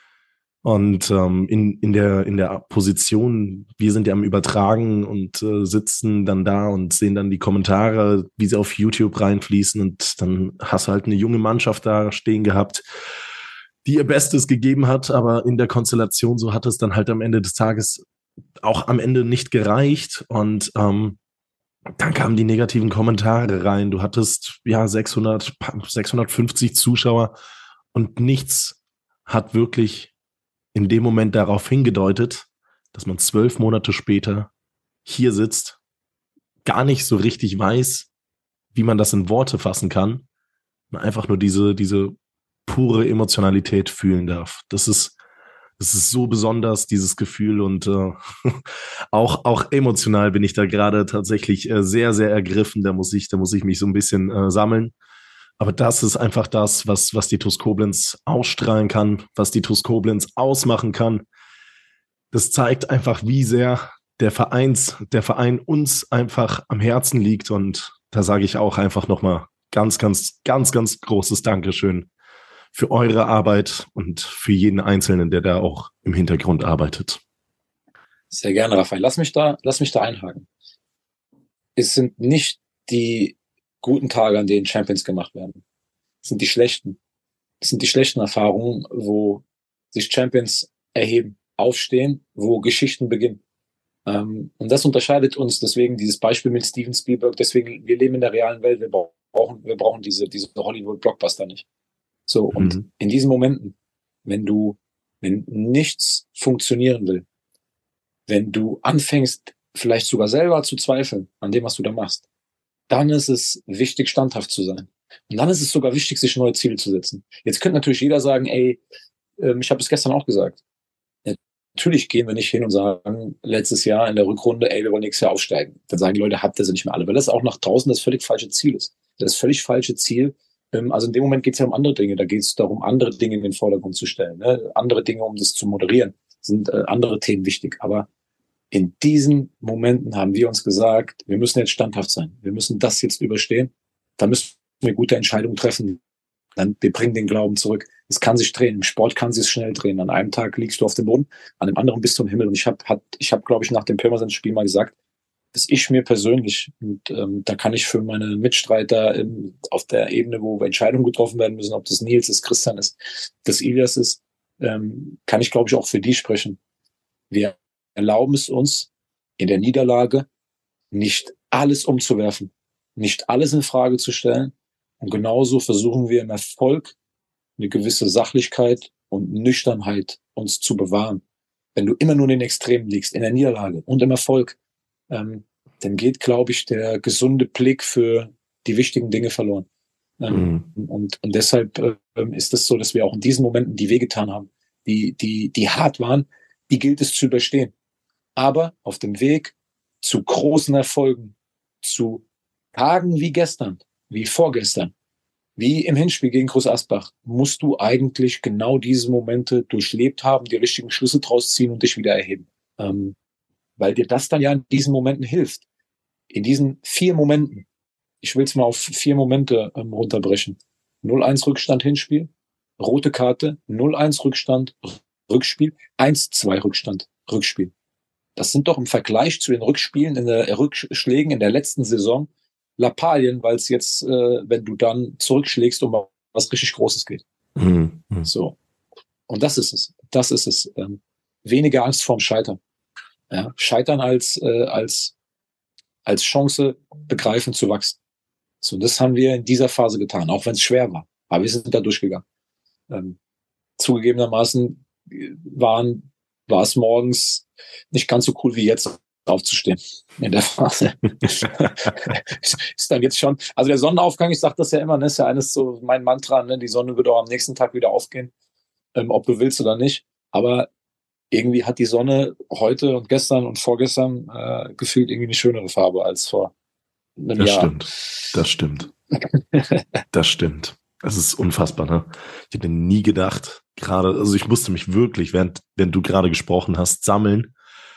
Und ähm, in, in, der, in der Position, wir sind ja am Übertragen und äh, sitzen dann da und sehen dann die Kommentare, wie sie auf YouTube reinfließen. Und dann hast du halt eine junge Mannschaft da stehen gehabt, die ihr Bestes gegeben hat. Aber in der Konstellation, so hat es dann halt am Ende des Tages auch am Ende nicht gereicht. Und ähm, dann kamen die negativen Kommentare rein. Du hattest ja sechshundert, sechshundertfünfzig Zuschauer und nichts hat wirklich in dem Moment darauf hingedeutet, dass man zwölf Monate später hier sitzt, gar nicht so richtig weiß, wie man das in Worte fassen kann, man einfach nur diese, diese pure Emotionalität fühlen darf. Das ist, das ist so besonders, dieses Gefühl, und äh, auch, auch emotional bin ich da gerade tatsächlich äh, sehr, sehr ergriffen. Da muss ich, da muss ich mich so ein bisschen äh, sammeln. Aber das ist einfach das, was, was die TuS Koblenz ausstrahlen kann, was die TuS Koblenz ausmachen kann. Das zeigt einfach, wie sehr der Vereins, der Verein uns einfach am Herzen liegt. Und da sage ich auch einfach nochmal ganz, ganz, ganz, ganz großes Dankeschön für eure Arbeit und für jeden Einzelnen, der da auch im Hintergrund arbeitet. Sehr gerne, Raphael. Lass mich da, lass mich da einhaken. Es sind nicht die guten Tage, an denen Champions gemacht werden. Es sind die schlechten. Es sind die schlechten Erfahrungen, wo sich Champions erheben, aufstehen, wo Geschichten beginnen. Ähm, und das unterscheidet uns, deswegen dieses Beispiel mit Steven Spielberg, deswegen, wir leben in der realen Welt, wir brauchen, wir brauchen diese, diese Hollywood-Blockbuster nicht. So, und mhm. in diesen Momenten, wenn du, wenn nichts funktionieren will, wenn du anfängst, vielleicht sogar selber zu zweifeln an dem, was du da machst, dann ist es wichtig, standhaft zu sein. Und dann ist es sogar wichtig, sich neue Ziele zu setzen. Jetzt könnte natürlich jeder sagen, ey, ähm, ich habe es gestern auch gesagt, natürlich gehen wir nicht hin und sagen, letztes Jahr in der Rückrunde, ey, wir wollen nächstes Jahr aufsteigen. Dann sagen die Leute, habt ihr sie nicht mehr alle, weil das auch nach draußen das völlig falsche Ziel ist. Das völlig falsche Ziel. Ähm, also in dem Moment geht es ja um andere Dinge. Da geht es darum, andere Dinge in den Vordergrund zu stellen. Ne? Andere Dinge, um das zu moderieren. Sind äh, andere Themen wichtig. Aber in diesen Momenten haben wir uns gesagt, wir müssen jetzt standhaft sein. Wir müssen das jetzt überstehen. Da müssen wir gute Entscheidungen treffen. Dann, wir bringen den Glauben zurück. Es kann sich drehen. Im Sport kann sich schnell drehen. An einem Tag liegst du auf dem Boden, an dem anderen bist du im Himmel. Und ich habe, ich habe, glaube ich, nach dem Pirmasens-Spiel mal gesagt, dass ich mir persönlich, und ähm, da kann ich für meine Mitstreiter im, auf der Ebene, wo Entscheidungen getroffen werden müssen, ob das Nils ist, Christian ist, das Ilias ist, ähm, kann ich, glaube ich, auch für die sprechen. Wir erlauben es uns, in der Niederlage nicht alles umzuwerfen, nicht alles in Frage zu stellen. Und genauso versuchen wir im Erfolg eine gewisse Sachlichkeit und Nüchternheit uns zu bewahren. Wenn du immer nur in den Extremen liegst, in der Niederlage und im Erfolg, ähm, dann geht, glaube ich, der gesunde Blick für die wichtigen Dinge verloren. Ähm, mhm. und, und deshalb äh, ist es so, dass wir auch in diesen Momenten, die wehgetan haben, die, die, die hart waren, die gilt es zu überstehen. Aber auf dem Weg zu großen Erfolgen, zu Tagen wie gestern, wie vorgestern, wie im Hinspiel gegen Groß Asbach, musst du eigentlich genau diese Momente durchlebt haben, die richtigen Schlüsse draus ziehen und dich wieder erheben. Ähm, weil dir das dann ja in diesen Momenten hilft. In diesen vier Momenten, ich will es mal auf vier Momente ähm, runterbrechen. null eins Rückstand Hinspiel, rote Karte, null eins Rückstand Rückspiel, eins zwei Rückstand Rückspiel. Das sind doch im Vergleich zu den Rückspielen in der Rückschlägen in der letzten Saison Lappalien, weil es jetzt, äh, wenn du dann zurückschlägst, um was richtig Großes geht. Mhm. So. Und das ist es. Das ist es. Ähm, weniger Angst vorm Scheitern. Ja, Scheitern als, äh, als, als Chance begreifen zu wachsen. So, das haben wir in dieser Phase getan, auch wenn es schwer war. Aber wir sind da durchgegangen. Ähm, zugegebenermaßen waren, war es morgens nicht ganz so cool wie jetzt aufzustehen in der Phase. Ist dann jetzt schon, also der Sonnenaufgang, ich sage das ja immer, ne, ist ja eines so mein Mantra, ne, die Sonne wird auch am nächsten Tag wieder aufgehen, ähm, ob du willst oder nicht. Aber irgendwie hat die Sonne heute und gestern und vorgestern äh, gefühlt irgendwie eine schönere Farbe als vor einem das Jahr. Stimmt. Das stimmt. Das stimmt. Das ist unfassbar, ne? Ich hätte nie gedacht, gerade, also ich musste mich wirklich, während, wenn du gerade gesprochen hast, sammeln,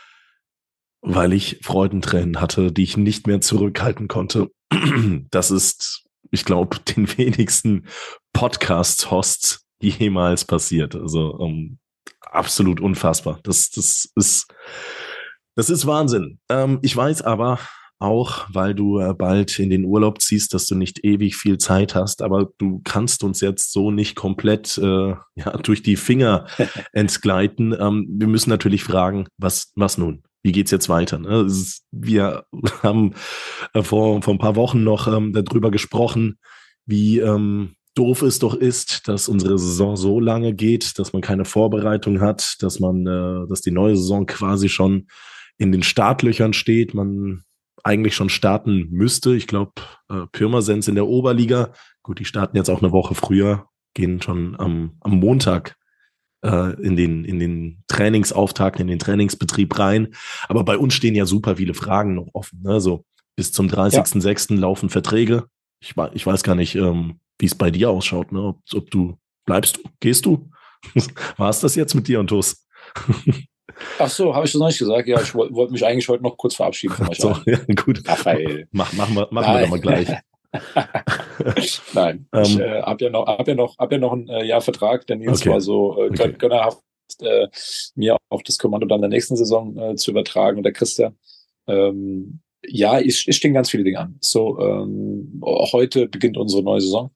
weil ich Freudentränen hatte, die ich nicht mehr zurückhalten konnte. Das ist, ich glaube, den wenigsten Podcast-Hosts jemals passiert. Also um, absolut unfassbar. Das, das ist, das ist Wahnsinn. Ähm, ich weiß aber auch, weil du äh, bald in den Urlaub ziehst, dass du nicht ewig viel Zeit hast, aber du kannst uns jetzt so nicht komplett äh, ja, durch die Finger entgleiten. Ähm, wir müssen natürlich fragen, was, was nun? Wie geht's jetzt weiter? Ne? Ist, wir haben äh, vor, vor ein paar Wochen noch ähm, darüber gesprochen, wie ähm, doof es doch ist, dass unsere Saison so lange geht, dass man keine Vorbereitung hat, dass man, äh, dass die neue Saison quasi schon in den Startlöchern steht. Man eigentlich schon starten müsste. Ich glaube, äh, Pirmasens in der Oberliga, gut, die starten jetzt auch eine Woche früher, gehen schon am, am Montag äh, in den, in den Trainingsauftakt, in den Trainingsbetrieb rein. Aber bei uns stehen ja super viele Fragen noch offen. Ne? So bis zum dreißigsten sechsten laufen Verträge. Ich, ich weiß gar nicht, ähm, wie es bei dir ausschaut, ne? ob, ob du bleibst, du, gehst du? War es das jetzt mit dir und Tus? Ach so, habe ich das noch nicht gesagt? Ja, ich wollte wollt mich eigentlich heute noch kurz verabschieden von euch. So, ja, gut. Raphael. Mach, machen wir, machen wir doch mal gleich. Nein, ähm, ich äh, habe ja noch, hab ja noch, hab ja noch ein äh, Jahr Vertrag. Der Nils Okay. war so äh, Okay. gönnerhaft, äh, mir auch das Kommando dann der nächsten Saison äh, zu übertragen und der Christian. Ähm, ja, es, es stehen ganz viele Dinge an. So, ähm, heute beginnt unsere neue Saison.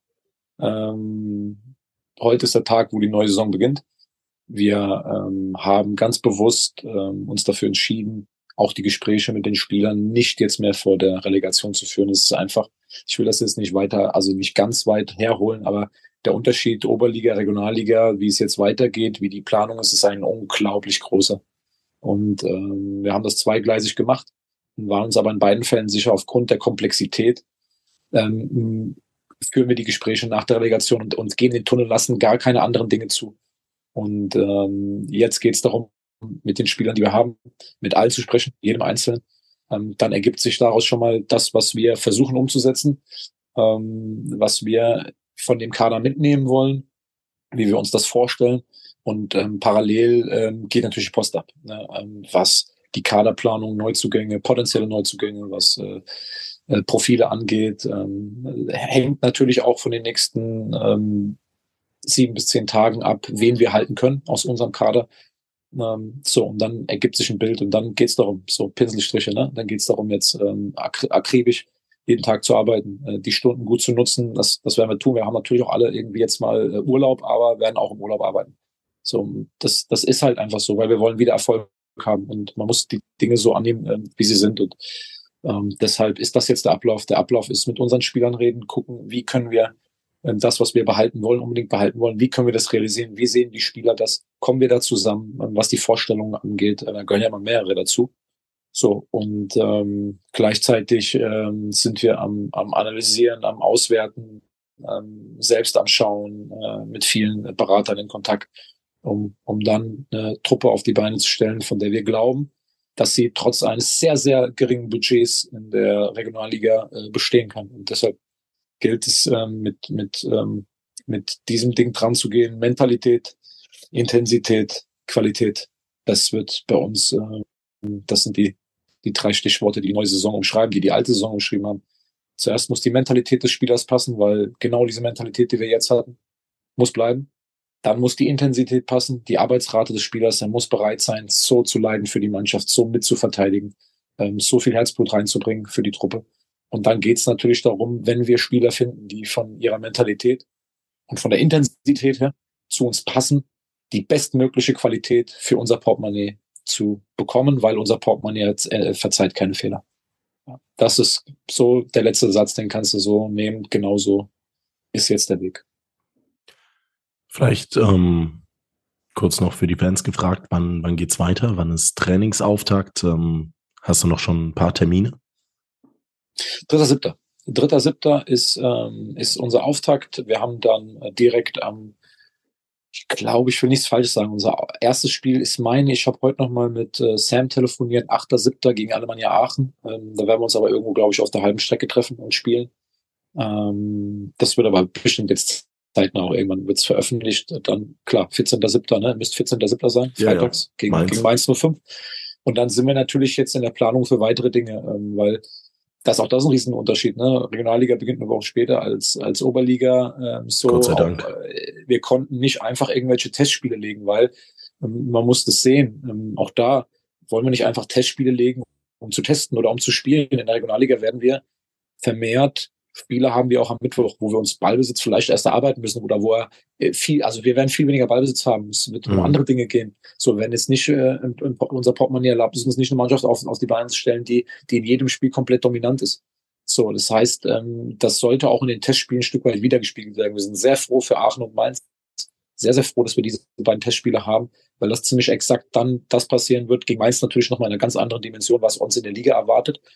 Ähm, heute ist der Tag, wo die neue Saison beginnt. Wir ähm, haben ganz bewusst ähm, uns dafür entschieden, auch die Gespräche mit den Spielern nicht jetzt mehr vor der Relegation zu führen. Es ist einfach, ich will das jetzt nicht weiter, also nicht ganz weit herholen, aber der Unterschied Oberliga, Regionalliga, wie es jetzt weitergeht, wie die Planung ist, ist ein unglaublich großer. Und ähm, wir haben das zweigleisig gemacht und waren uns aber in beiden Fällen sicher, aufgrund der Komplexität ähm, führen wir die Gespräche nach der Relegation und, und gehen den Tunnel, lassen gar keine anderen Dinge zu. Und ähm, jetzt geht es darum, mit den Spielern, die wir haben, mit allen zu sprechen, jedem Einzelnen. Ähm, dann ergibt sich daraus schon mal das, was wir versuchen umzusetzen, ähm, was wir von dem Kader mitnehmen wollen, wie wir uns das vorstellen. Und ähm, parallel ähm, geht natürlich die Post ab, ne? ähm, was die Kaderplanung, Neuzugänge, potenzielle Neuzugänge, was äh, äh, Profile angeht, ähm, hängt natürlich auch von den nächsten ähm, sieben bis zehn Tagen ab, wen wir halten können aus unserem Kader. Ähm, so, und dann ergibt sich ein Bild und dann geht's darum, so Pinselstriche, ne? Dann geht's darum, jetzt ähm, akribisch jeden Tag zu arbeiten, äh, die Stunden gut zu nutzen. Das, das werden wir tun. Wir haben natürlich auch alle irgendwie jetzt mal äh, Urlaub, aber werden auch im Urlaub arbeiten. So, das, das ist halt einfach so, weil wir wollen wieder Erfolg haben und man muss die Dinge so annehmen, äh, wie sie sind. Und ähm, deshalb ist das jetzt der Ablauf. Der Ablauf ist mit unseren Spielern reden, gucken, wie können wir das, was wir behalten wollen, unbedingt behalten wollen. Wie können wir das realisieren? Wie sehen die Spieler das? Kommen wir da zusammen, was die Vorstellungen angeht? Da gehören ja immer mehrere dazu. So, und ähm, gleichzeitig ähm, sind wir am, am Analysieren, am Auswerten, ähm, selbst am Schauen, äh, mit vielen Beratern in Kontakt, um, um dann eine Truppe auf die Beine zu stellen, von der wir glauben, dass sie trotz eines sehr, sehr geringen Budgets in der Regionalliga äh, bestehen kann. Und deshalb gilt es ähm, mit mit ähm, mit diesem Ding dran zu gehen. Mentalität, Intensität, Qualität. Das wird bei uns, äh, das sind die die drei Stichworte, die die neue Saison umschreiben, die die alte Saison umschrieben haben. Zuerst muss die Mentalität des Spielers passen, weil genau diese Mentalität, die wir jetzt hatten, muss bleiben. Dann muss die Intensität passen, die Arbeitsrate des Spielers. Er muss bereit sein, so zu leiden für die Mannschaft, so mitzuverteidigen, ähm, so viel Herzblut reinzubringen für die Truppe. Und dann geht es natürlich darum, wenn wir Spieler finden, die von ihrer Mentalität und von der Intensität her zu uns passen, die bestmögliche Qualität für unser Portemonnaie zu bekommen, weil unser Portemonnaie jetzt, äh, verzeiht keine Fehler. Ja, das ist so der letzte Satz, den kannst du so nehmen. Genauso ist jetzt der Weg. Vielleicht ähm, kurz noch für die Fans gefragt, wann, wann geht's weiter? Wann ist Trainingsauftakt? Ähm, hast du noch schon ein paar Termine? Dritter Siebter. Dritter Siebter ist, ähm, ist unser Auftakt. Wir haben dann äh, direkt am, ich glaube, ich will nichts Falsches sagen. Unser erstes Spiel ist meine, ich habe heute noch mal mit äh, Sam telefoniert, achter Siebter gegen Alemannia Aachen. Ähm, da werden wir uns aber irgendwo, glaube ich, auf der halben Strecke treffen und spielen. Ähm, das wird aber bestimmt jetzt zeitnah auch irgendwann wird's veröffentlicht. Dann, klar, vierzehnter Siebter, ne? Müsste vierzehnter Siebter sein, freitags, ja, ja. Gegen, Mainz. gegen Mainz null fünf. Und dann sind wir natürlich jetzt in der Planung für weitere Dinge, ähm, weil das auch das ist ein Riesenunterschied. Ne? Regionalliga beginnt eine Woche später als als Oberliga. Ähm, so Gott sei Dank. Auch, äh, wir konnten nicht einfach irgendwelche Testspiele legen, weil ähm, man muss das sehen. Ähm, auch da wollen wir nicht einfach Testspiele legen, um zu testen oder um zu spielen. In der Regionalliga werden wir vermehrt Spiele haben wir auch am Mittwoch, wo wir uns Ballbesitz vielleicht erst erarbeiten müssen oder wo er viel, also wir werden viel weniger Ballbesitz haben. Es wird um mhm. andere Dinge gehen. So, wenn es nicht äh, unser Portemonnaie erlaubt, ist uns nicht eine Mannschaft auf, auf die Beine zu stellen, die, die in jedem Spiel komplett dominant ist. So, das heißt, ähm, das sollte auch in den Testspielen ein Stück weit wiedergespiegelt werden. Wir sind sehr froh für Aachen und Mainz. Sehr, sehr froh, dass wir diese beiden Testspiele haben, weil das ziemlich exakt dann das passieren wird. Gegen Mainz natürlich nochmal in einer ganz anderen Dimension, was uns in der Liga erwartet.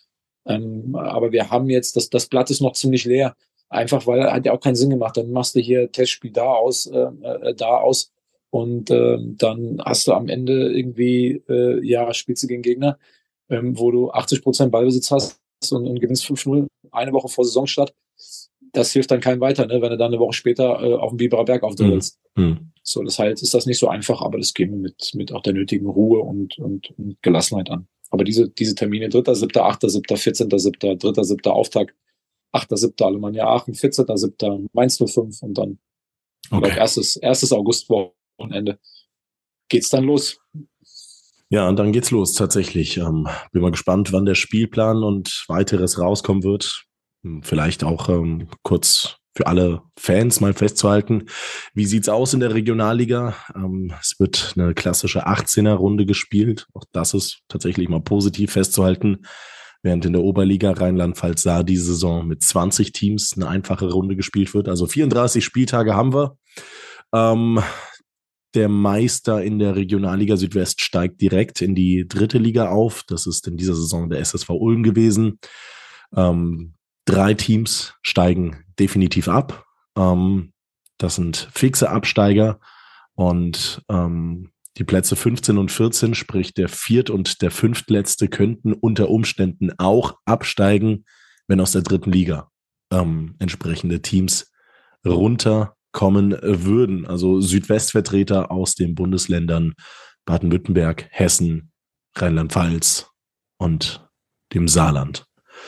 Ähm, aber wir haben jetzt, das, das Blatt ist noch ziemlich leer. Einfach, weil hat ja auch keinen Sinn gemacht. Dann machst du hier Testspiel da aus, äh, äh, da aus und äh, dann hast du am Ende irgendwie, äh, ja, spielst du gegen Gegner, ähm, wo du achtzig Prozent Ballbesitz hast und, und gewinnst fünf null eine Woche vor Saisonstart. Das hilft dann keinem weiter, ne, wenn du dann eine Woche später äh, auf dem Biberer Berg auftrittst. Mhm. So, das heißt, ist das nicht so einfach, aber das gehen wir mit, mit auch der nötigen Ruhe und, und, und Gelassenheit an. Aber diese, diese Termine, dritter siebter, achter siebter, vierzehnter siebter, dritter siebter Auftakt, achter siebter Alemannia Aachen, vierzehnter siebter Mainz null fünf und dann okay. glaub, erstes, erstes Augustwochenende geht's dann los. Ja, und dann geht's los, tatsächlich. Ähm, bin mal gespannt, wann der Spielplan und weiteres rauskommen wird. Vielleicht auch ähm, kurz für alle Fans mal festzuhalten. Wie sieht's aus in der Regionalliga? Ähm, es wird eine klassische achtzehner-Runde gespielt. Auch das ist tatsächlich mal positiv festzuhalten. Während in der Oberliga Rheinland-Pfalz Saar diese Saison mit zwanzig Teams eine einfache Runde gespielt wird. Also vierunddreißig Spieltage haben wir. Ähm, der Meister in der Regionalliga Südwest steigt direkt in die dritte Liga auf. Das ist in dieser Saison der S S V Ulm gewesen. Ähm, drei Teams steigen definitiv ab. Ähm, das sind fixe Absteiger und ähm, die Plätze fünfzehn und vierzehn, sprich der Viert- und der Fünftletzte, könnten unter Umständen auch absteigen, wenn aus der dritten Liga ähm, entsprechende Teams runterkommen würden. Also Südwestvertreter aus den Bundesländern Baden-Württemberg, Hessen, Rheinland-Pfalz und dem Saarland.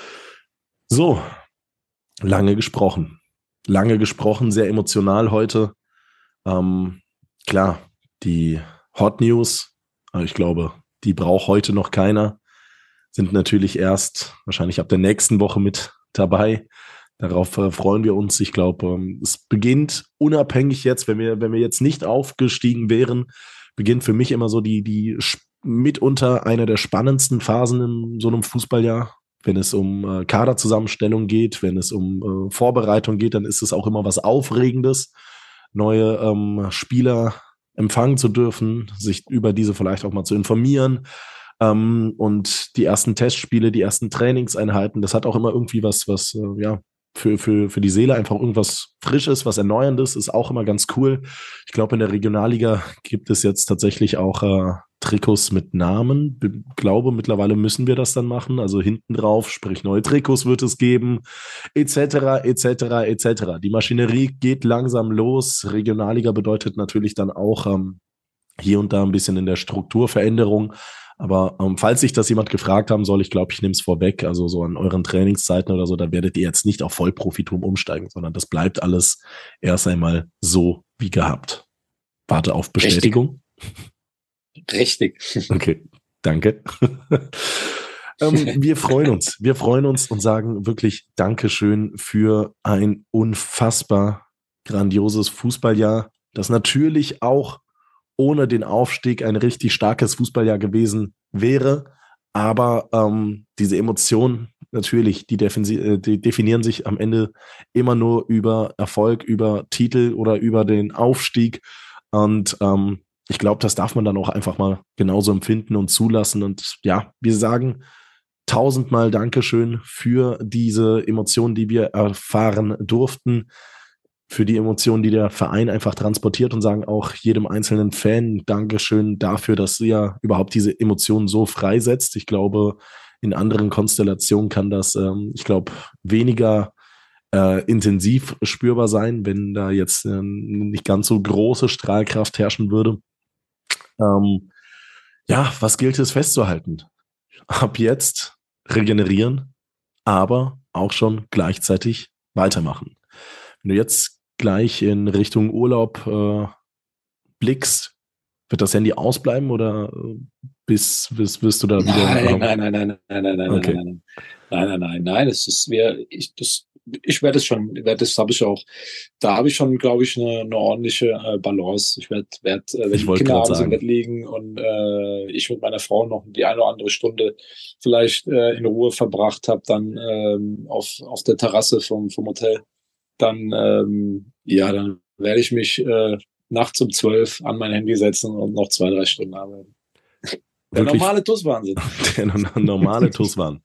So, lange gesprochen. Lange gesprochen, sehr emotional heute. Ähm, klar, die Hot News, aber ich glaube, die braucht heute noch keiner, sind natürlich erst wahrscheinlich ab der nächsten Woche mit dabei. Darauf äh, freuen wir uns. Ich glaube, ähm, es beginnt unabhängig jetzt, wenn wir, wenn wir jetzt nicht aufgestiegen wären, beginnt für mich immer so die, die mitunter eine der spannendsten Phasen in so einem Fußballjahr. Wenn es um äh, Kaderzusammenstellung geht, wenn es um äh, Vorbereitung geht, dann ist es auch immer was Aufregendes, neue ähm, Spieler empfangen zu dürfen, sich über diese vielleicht auch mal zu informieren. Ähm, und die ersten Testspiele, die ersten Trainingseinheiten, das hat auch immer irgendwie was, was äh, ja für, für, für die Seele einfach irgendwas Frisches, was Erneuerndes, ist auch immer ganz cool. Ich glaube, in der Regionalliga gibt es jetzt tatsächlich auch äh, Trikots mit Namen. Ich glaube, mittlerweile müssen wir das dann machen. Also hinten drauf, sprich neue Trikots wird es geben, et cetera, et cetera, et cetera. Die Maschinerie geht langsam los. Regionalliga bedeutet natürlich dann auch ähm, hier und da ein bisschen in der Strukturveränderung. Aber ähm, falls sich das jemand gefragt haben soll, ich glaube, ich nehme es vorweg, also so an euren Trainingszeiten oder so, da werdet ihr jetzt nicht auf Vollprofitum umsteigen, sondern das bleibt alles erst einmal so wie gehabt. Warte auf Bestätigung. Richtig. Richtig. Okay, danke. ähm, wir freuen uns, wir freuen uns und sagen wirklich Dankeschön für ein unfassbar grandioses Fußballjahr, das natürlich auch ohne den Aufstieg ein richtig starkes Fußballjahr gewesen wäre. Aber ähm, diese Emotionen, natürlich, die, defensi- die definieren sich am Ende immer nur über Erfolg, über Titel oder über den Aufstieg. Und ähm, ich glaube, das darf man dann auch einfach mal genauso empfinden und zulassen. Und ja, wir sagen tausendmal Dankeschön für diese Emotionen, die wir erfahren durften, für die Emotionen, die der Verein einfach transportiert, und sagen auch jedem einzelnen Fan Dankeschön dafür, dass ihr überhaupt diese Emotionen so freisetzt. Ich glaube, in anderen Konstellationen kann das, ähm, ich glaube, weniger äh, intensiv spürbar sein, wenn da jetzt äh, nicht ganz so große Strahlkraft herrschen würde. Ähm, ja, was gilt es festzuhalten? Ab jetzt regenerieren, aber auch schon gleichzeitig weitermachen. Wenn du jetzt gleich in Richtung Urlaub äh, blickst, wird das Handy ausbleiben oder bis, bis wirst du da nein, wieder? Nein, nein, nein, nein, nein, nein, okay. nein, nein, nein, nein, nein, nein, das ist, wer, ich, das, ich werde es schon, werd, das habe ich auch, da habe ich schon, glaube ich, eine, eine ordentliche äh, Balance. Ich werde, werd, äh, wenn ich die Kinder abends sagen. im Bett liegen und äh, ich mit meiner Frau noch die eine oder andere Stunde vielleicht äh, in Ruhe verbracht habe, dann ähm, auf, auf der Terrasse vom, vom Hotel, dann, ähm, ja, dann werde ich mich äh, nachts um zwölf an mein Handy setzen und noch zwei, drei Stunden arbeiten. Der Wirklich, normale Tusswahnsinn. Der normale Tusswahn.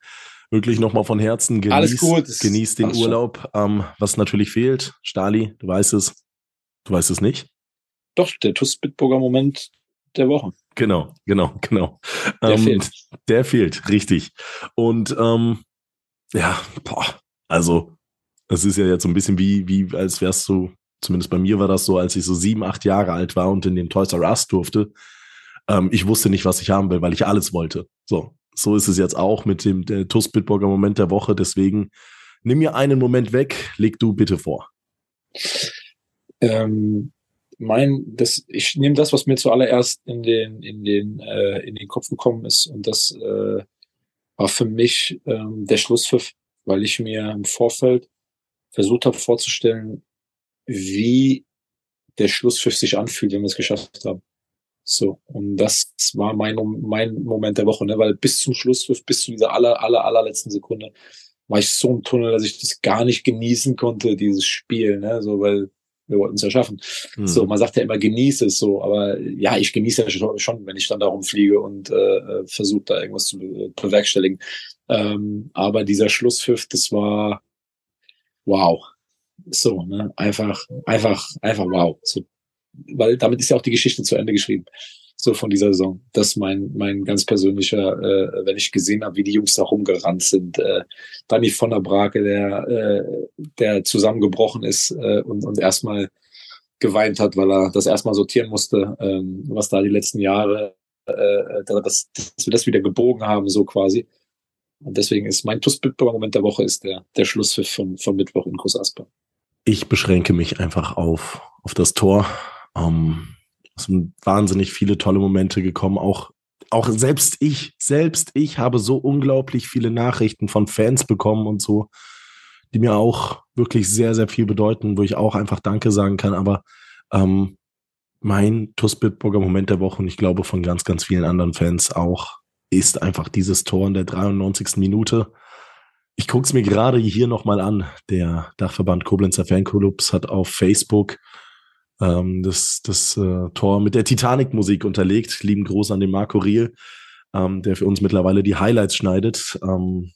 wirklich nochmal von Herzen Alles genieß, gut. genieß den Passt schon. Urlaub. Ähm, was natürlich fehlt, Stali, du weißt es, du weißt es nicht. Doch, der TuS Bitburger Moment der Woche. Genau, genau, genau. Der ähm, fehlt. Der fehlt, richtig. Und ähm, ja, boah, also es ist ja jetzt so ein bisschen wie, wie als wärst du, zumindest bei mir war das so, als ich so sieben, acht Jahre alt war und in den Toys R Us durfte. Ähm, ich wusste nicht, was ich haben will, weil ich alles wollte. So, so ist es jetzt auch mit dem der TuS Bitburger Moment der Woche. Deswegen nimm mir einen Moment weg, leg du bitte vor. Ähm, mein, das, ich nehme das, was mir zuallererst in den, in den, äh, in den Kopf gekommen ist, und das äh, war für mich ähm, der Schlusspfiff, weil ich mir im Vorfeld versucht habe vorzustellen, wie der Schlusspfiff sich anfühlt, wenn wir es geschafft haben. So, und das war mein, mein Moment der Woche, ne? Weil bis zum Schlusspfiff, bis zu dieser aller, aller, allerletzten Sekunde war ich so im Tunnel, dass ich das gar nicht genießen konnte, dieses Spiel, ne? So, weil wir wollten es ja schaffen. Mhm. So, man sagt ja immer, genieße es so, aber ja, ich genieße ja schon, wenn ich dann da rumfliege und äh, versuche, da irgendwas zu be- bewerkstelligen. Ähm, aber dieser Schlusspfiff, das war wow. So, ne? Einfach, einfach, einfach wow. So, weil damit ist ja auch die Geschichte zu Ende geschrieben. So von dieser Saison. Das ist mein, mein ganz persönlicher, äh, wenn ich gesehen habe, wie die Jungs da rumgerannt sind. Äh, Danny von der Brake, der, äh, der zusammengebrochen ist äh, und, und erstmal geweint hat, weil er das erstmal sortieren musste, ähm, was da die letzten Jahre, äh, dass, dass wir das wieder gebogen haben, so quasi. Und deswegen ist mein TuS Bitburger Moment der Woche ist der, der Schlusspfiff von, von Mittwoch in Groß Asper. Ich beschränke mich einfach auf, auf das Tor. Ähm, es sind wahnsinnig viele tolle Momente gekommen. Auch, auch selbst ich, selbst ich habe so unglaublich viele Nachrichten von Fans bekommen und so, die mir auch wirklich sehr, sehr viel bedeuten, wo ich auch einfach Danke sagen kann. Aber ähm, mein TuS Bitburger Moment der Woche, und ich glaube von ganz, ganz vielen anderen Fans auch, ist einfach dieses Tor in der dreiundneunzigsten Minute. Ich gucke es mir gerade hier nochmal an. Der Dachverband Koblenzer Fanclubs hat auf Facebook ähm, das, das äh, Tor mit der Titanic-Musik unterlegt. Lieben Gruß an den Marco Riel, ähm, der für uns mittlerweile die Highlights schneidet. Ähm,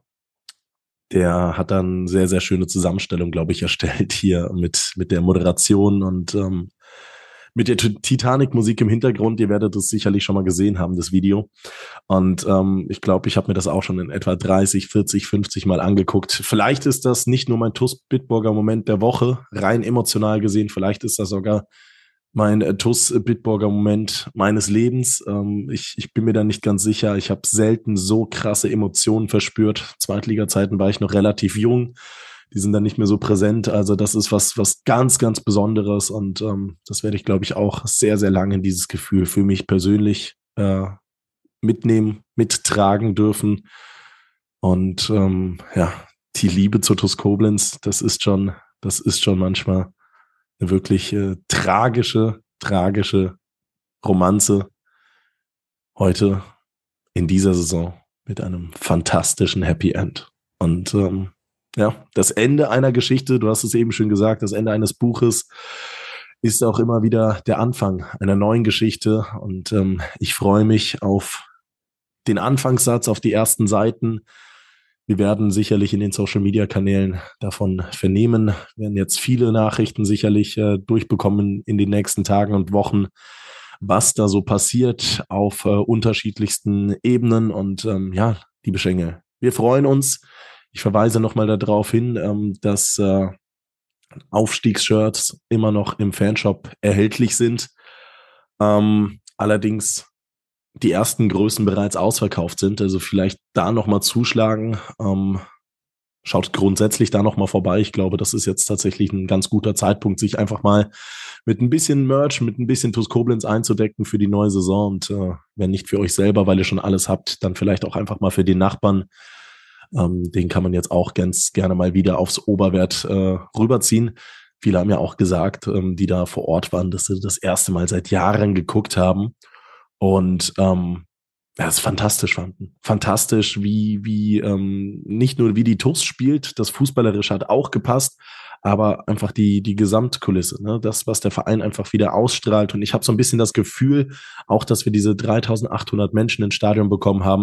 der hat dann sehr, sehr schöne Zusammenstellung, glaube ich, erstellt hier mit, mit der Moderation und ähm, mit der Titanic-Musik im Hintergrund. Ihr werdet es sicherlich schon mal gesehen haben, das Video. Und ähm, ich glaube, ich habe mir das auch schon in etwa dreißig, vierzig, fünfzig Mal angeguckt. Vielleicht ist das nicht nur mein TuS Bitburger Moment der Woche, rein emotional gesehen. Vielleicht ist das sogar mein äh, TuS Bitburger Moment meines Lebens. Ähm, ich, ich bin mir da nicht ganz sicher. Ich habe selten so krasse Emotionen verspürt. Zweitliga-Zeiten war ich noch relativ jung. Die sind dann nicht mehr so präsent. Also das ist was, was ganz, ganz Besonderes. Und ähm, das werde ich, glaube ich, auch sehr, sehr lange in dieses Gefühl für mich persönlich äh, mitnehmen, mittragen dürfen. Und ähm, ja, die Liebe zur TuS Koblenz, das ist schon, das ist schon manchmal eine wirklich äh, tragische, tragische Romanze. Heute in dieser Saison mit einem fantastischen Happy End. Und ähm, ja, das Ende einer Geschichte, du hast es eben schon gesagt, das Ende eines Buches ist auch immer wieder der Anfang einer neuen Geschichte. Und ähm, ich freue mich auf den Anfangssatz, auf die ersten Seiten. Wir werden sicherlich in den Social-Media-Kanälen davon vernehmen. Wir werden jetzt viele Nachrichten sicherlich äh, durchbekommen in den nächsten Tagen und Wochen, was da so passiert auf äh, unterschiedlichsten Ebenen. Und ähm, ja, liebe Schengel, wir freuen uns. Ich verweise nochmal darauf hin, ähm, dass äh, Aufstiegsshirts immer noch im Fanshop erhältlich sind. Ähm, allerdings die ersten Größen bereits ausverkauft sind. Also vielleicht da nochmal zuschlagen. Ähm, schaut grundsätzlich da nochmal vorbei. Ich glaube, das ist jetzt tatsächlich ein ganz guter Zeitpunkt, sich einfach mal mit ein bisschen Merch, mit ein bisschen TuS Koblenz einzudecken für die neue Saison. Und äh, wenn nicht für euch selber, weil ihr schon alles habt, dann vielleicht auch einfach mal für den Nachbarn. Ähm, den kann man jetzt auch ganz gerne mal wieder aufs Oberwert äh, rüberziehen. Viele haben ja auch gesagt, ähm, die da vor Ort waren, dass sie das erste Mal seit Jahren geguckt haben und ähm, ja, es fantastisch fanden. Fantastisch, wie, wie ähm, nicht nur wie die TuS spielt, das Fußballerische hat auch gepasst, aber einfach die, die Gesamtkulisse, ne? Das, was der Verein einfach wieder ausstrahlt. Und ich habe so ein bisschen das Gefühl, auch, dass wir diese dreitausendachthundert Menschen ins Stadion bekommen haben,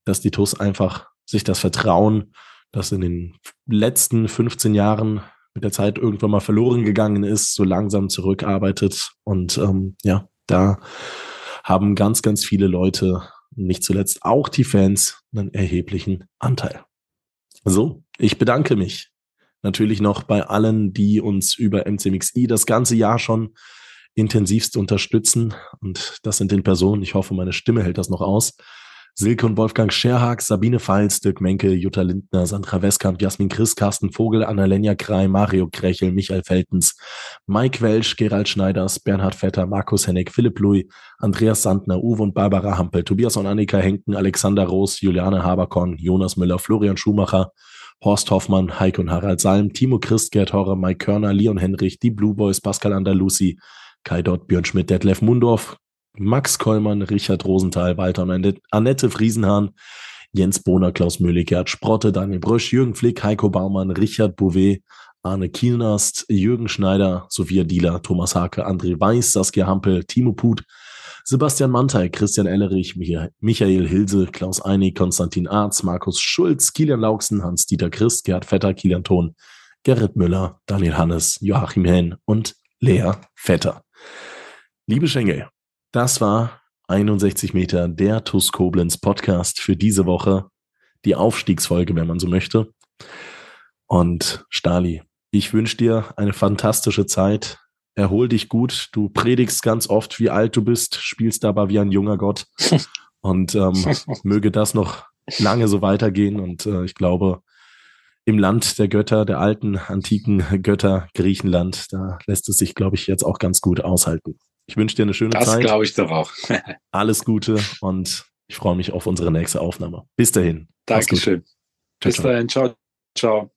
dass die T U S einfach sich das Vertrauen, das in den letzten fünfzehn Jahren mit der Zeit irgendwann mal verloren gegangen ist, so langsam zurückarbeitet. Und ähm, ja, da haben ganz, ganz viele Leute, nicht zuletzt auch die Fans, einen erheblichen Anteil. So, ich bedanke mich natürlich noch bei allen, die uns über M C M X I das ganze Jahr schon intensivst unterstützen. Und das sind den Personen, ich hoffe, meine Stimme hält das noch aus: Silke und Wolfgang Scherhag, Sabine Pfalz, Dirk Menke, Jutta Lindner, Sandra Westkamp, Jasmin Chris, Carsten Vogel, Annalenja Krei, Mario Krechel, Michael Feltens, Mike Welsch, Gerald Schneiders, Bernhard Vetter, Markus Hennig, Philipp Louis, Andreas Sandner, Uwe und Barbara Hampel, Tobias und Annika Henken, Alexander Roos, Juliane Haberkorn, Jonas Müller, Florian Schumacher, Horst Hoffmann, Heike und Harald Salm, Timo Christ, Gerd Horre, Mike Körner, Leon Henrich, die Blue Boys, Pascal Andalusi, Kai Dott, Björn Schmidt, Detlef Mundorf, Max Kollmann, Richard Rosenthal, Walter und Annette Friesenhahn, Jens Bohner, Klaus Möhlig, Gerd Sprotte, Daniel Brösch, Jürgen Flick, Heiko Baumann, Richard Bouvet, Arne Kielnast, Jürgen Schneider, Sophia Dieler, Thomas Hake, André Weiß, Saskia Hampel, Timo Put, Sebastian Mantei, Christian Ellerich, Michael Hilse, Klaus Einig, Konstantin Arz, Markus Schulz, Kilian Lauksen, Hans-Dieter Christ, Gerhard Vetter, Kilian Thon, Gerrit Müller, Daniel Hannes, Joachim Henn und Lea Vetter. Liebe Schengel, das war einundsechzig Meter, der T U S Koblenz Podcast für diese Woche. Die Aufstiegsfolge, wenn man so möchte. Und Stali, ich wünsche dir eine fantastische Zeit. Erhol dich gut. Du predigst ganz oft, wie alt du bist, spielst aber wie ein junger Gott. Und ähm, möge das noch lange so weitergehen. Und äh, ich glaube, im Land der Götter, der alten, antiken Götter Griechenland, da lässt es sich, glaube ich, jetzt auch ganz gut aushalten. Ich wünsche dir eine schöne das Zeit. Das glaube ich doch auch. Alles Gute und ich freue mich auf unsere nächste Aufnahme. Bis dahin. Dankeschön. Bis dahin. Ciao. Ciao.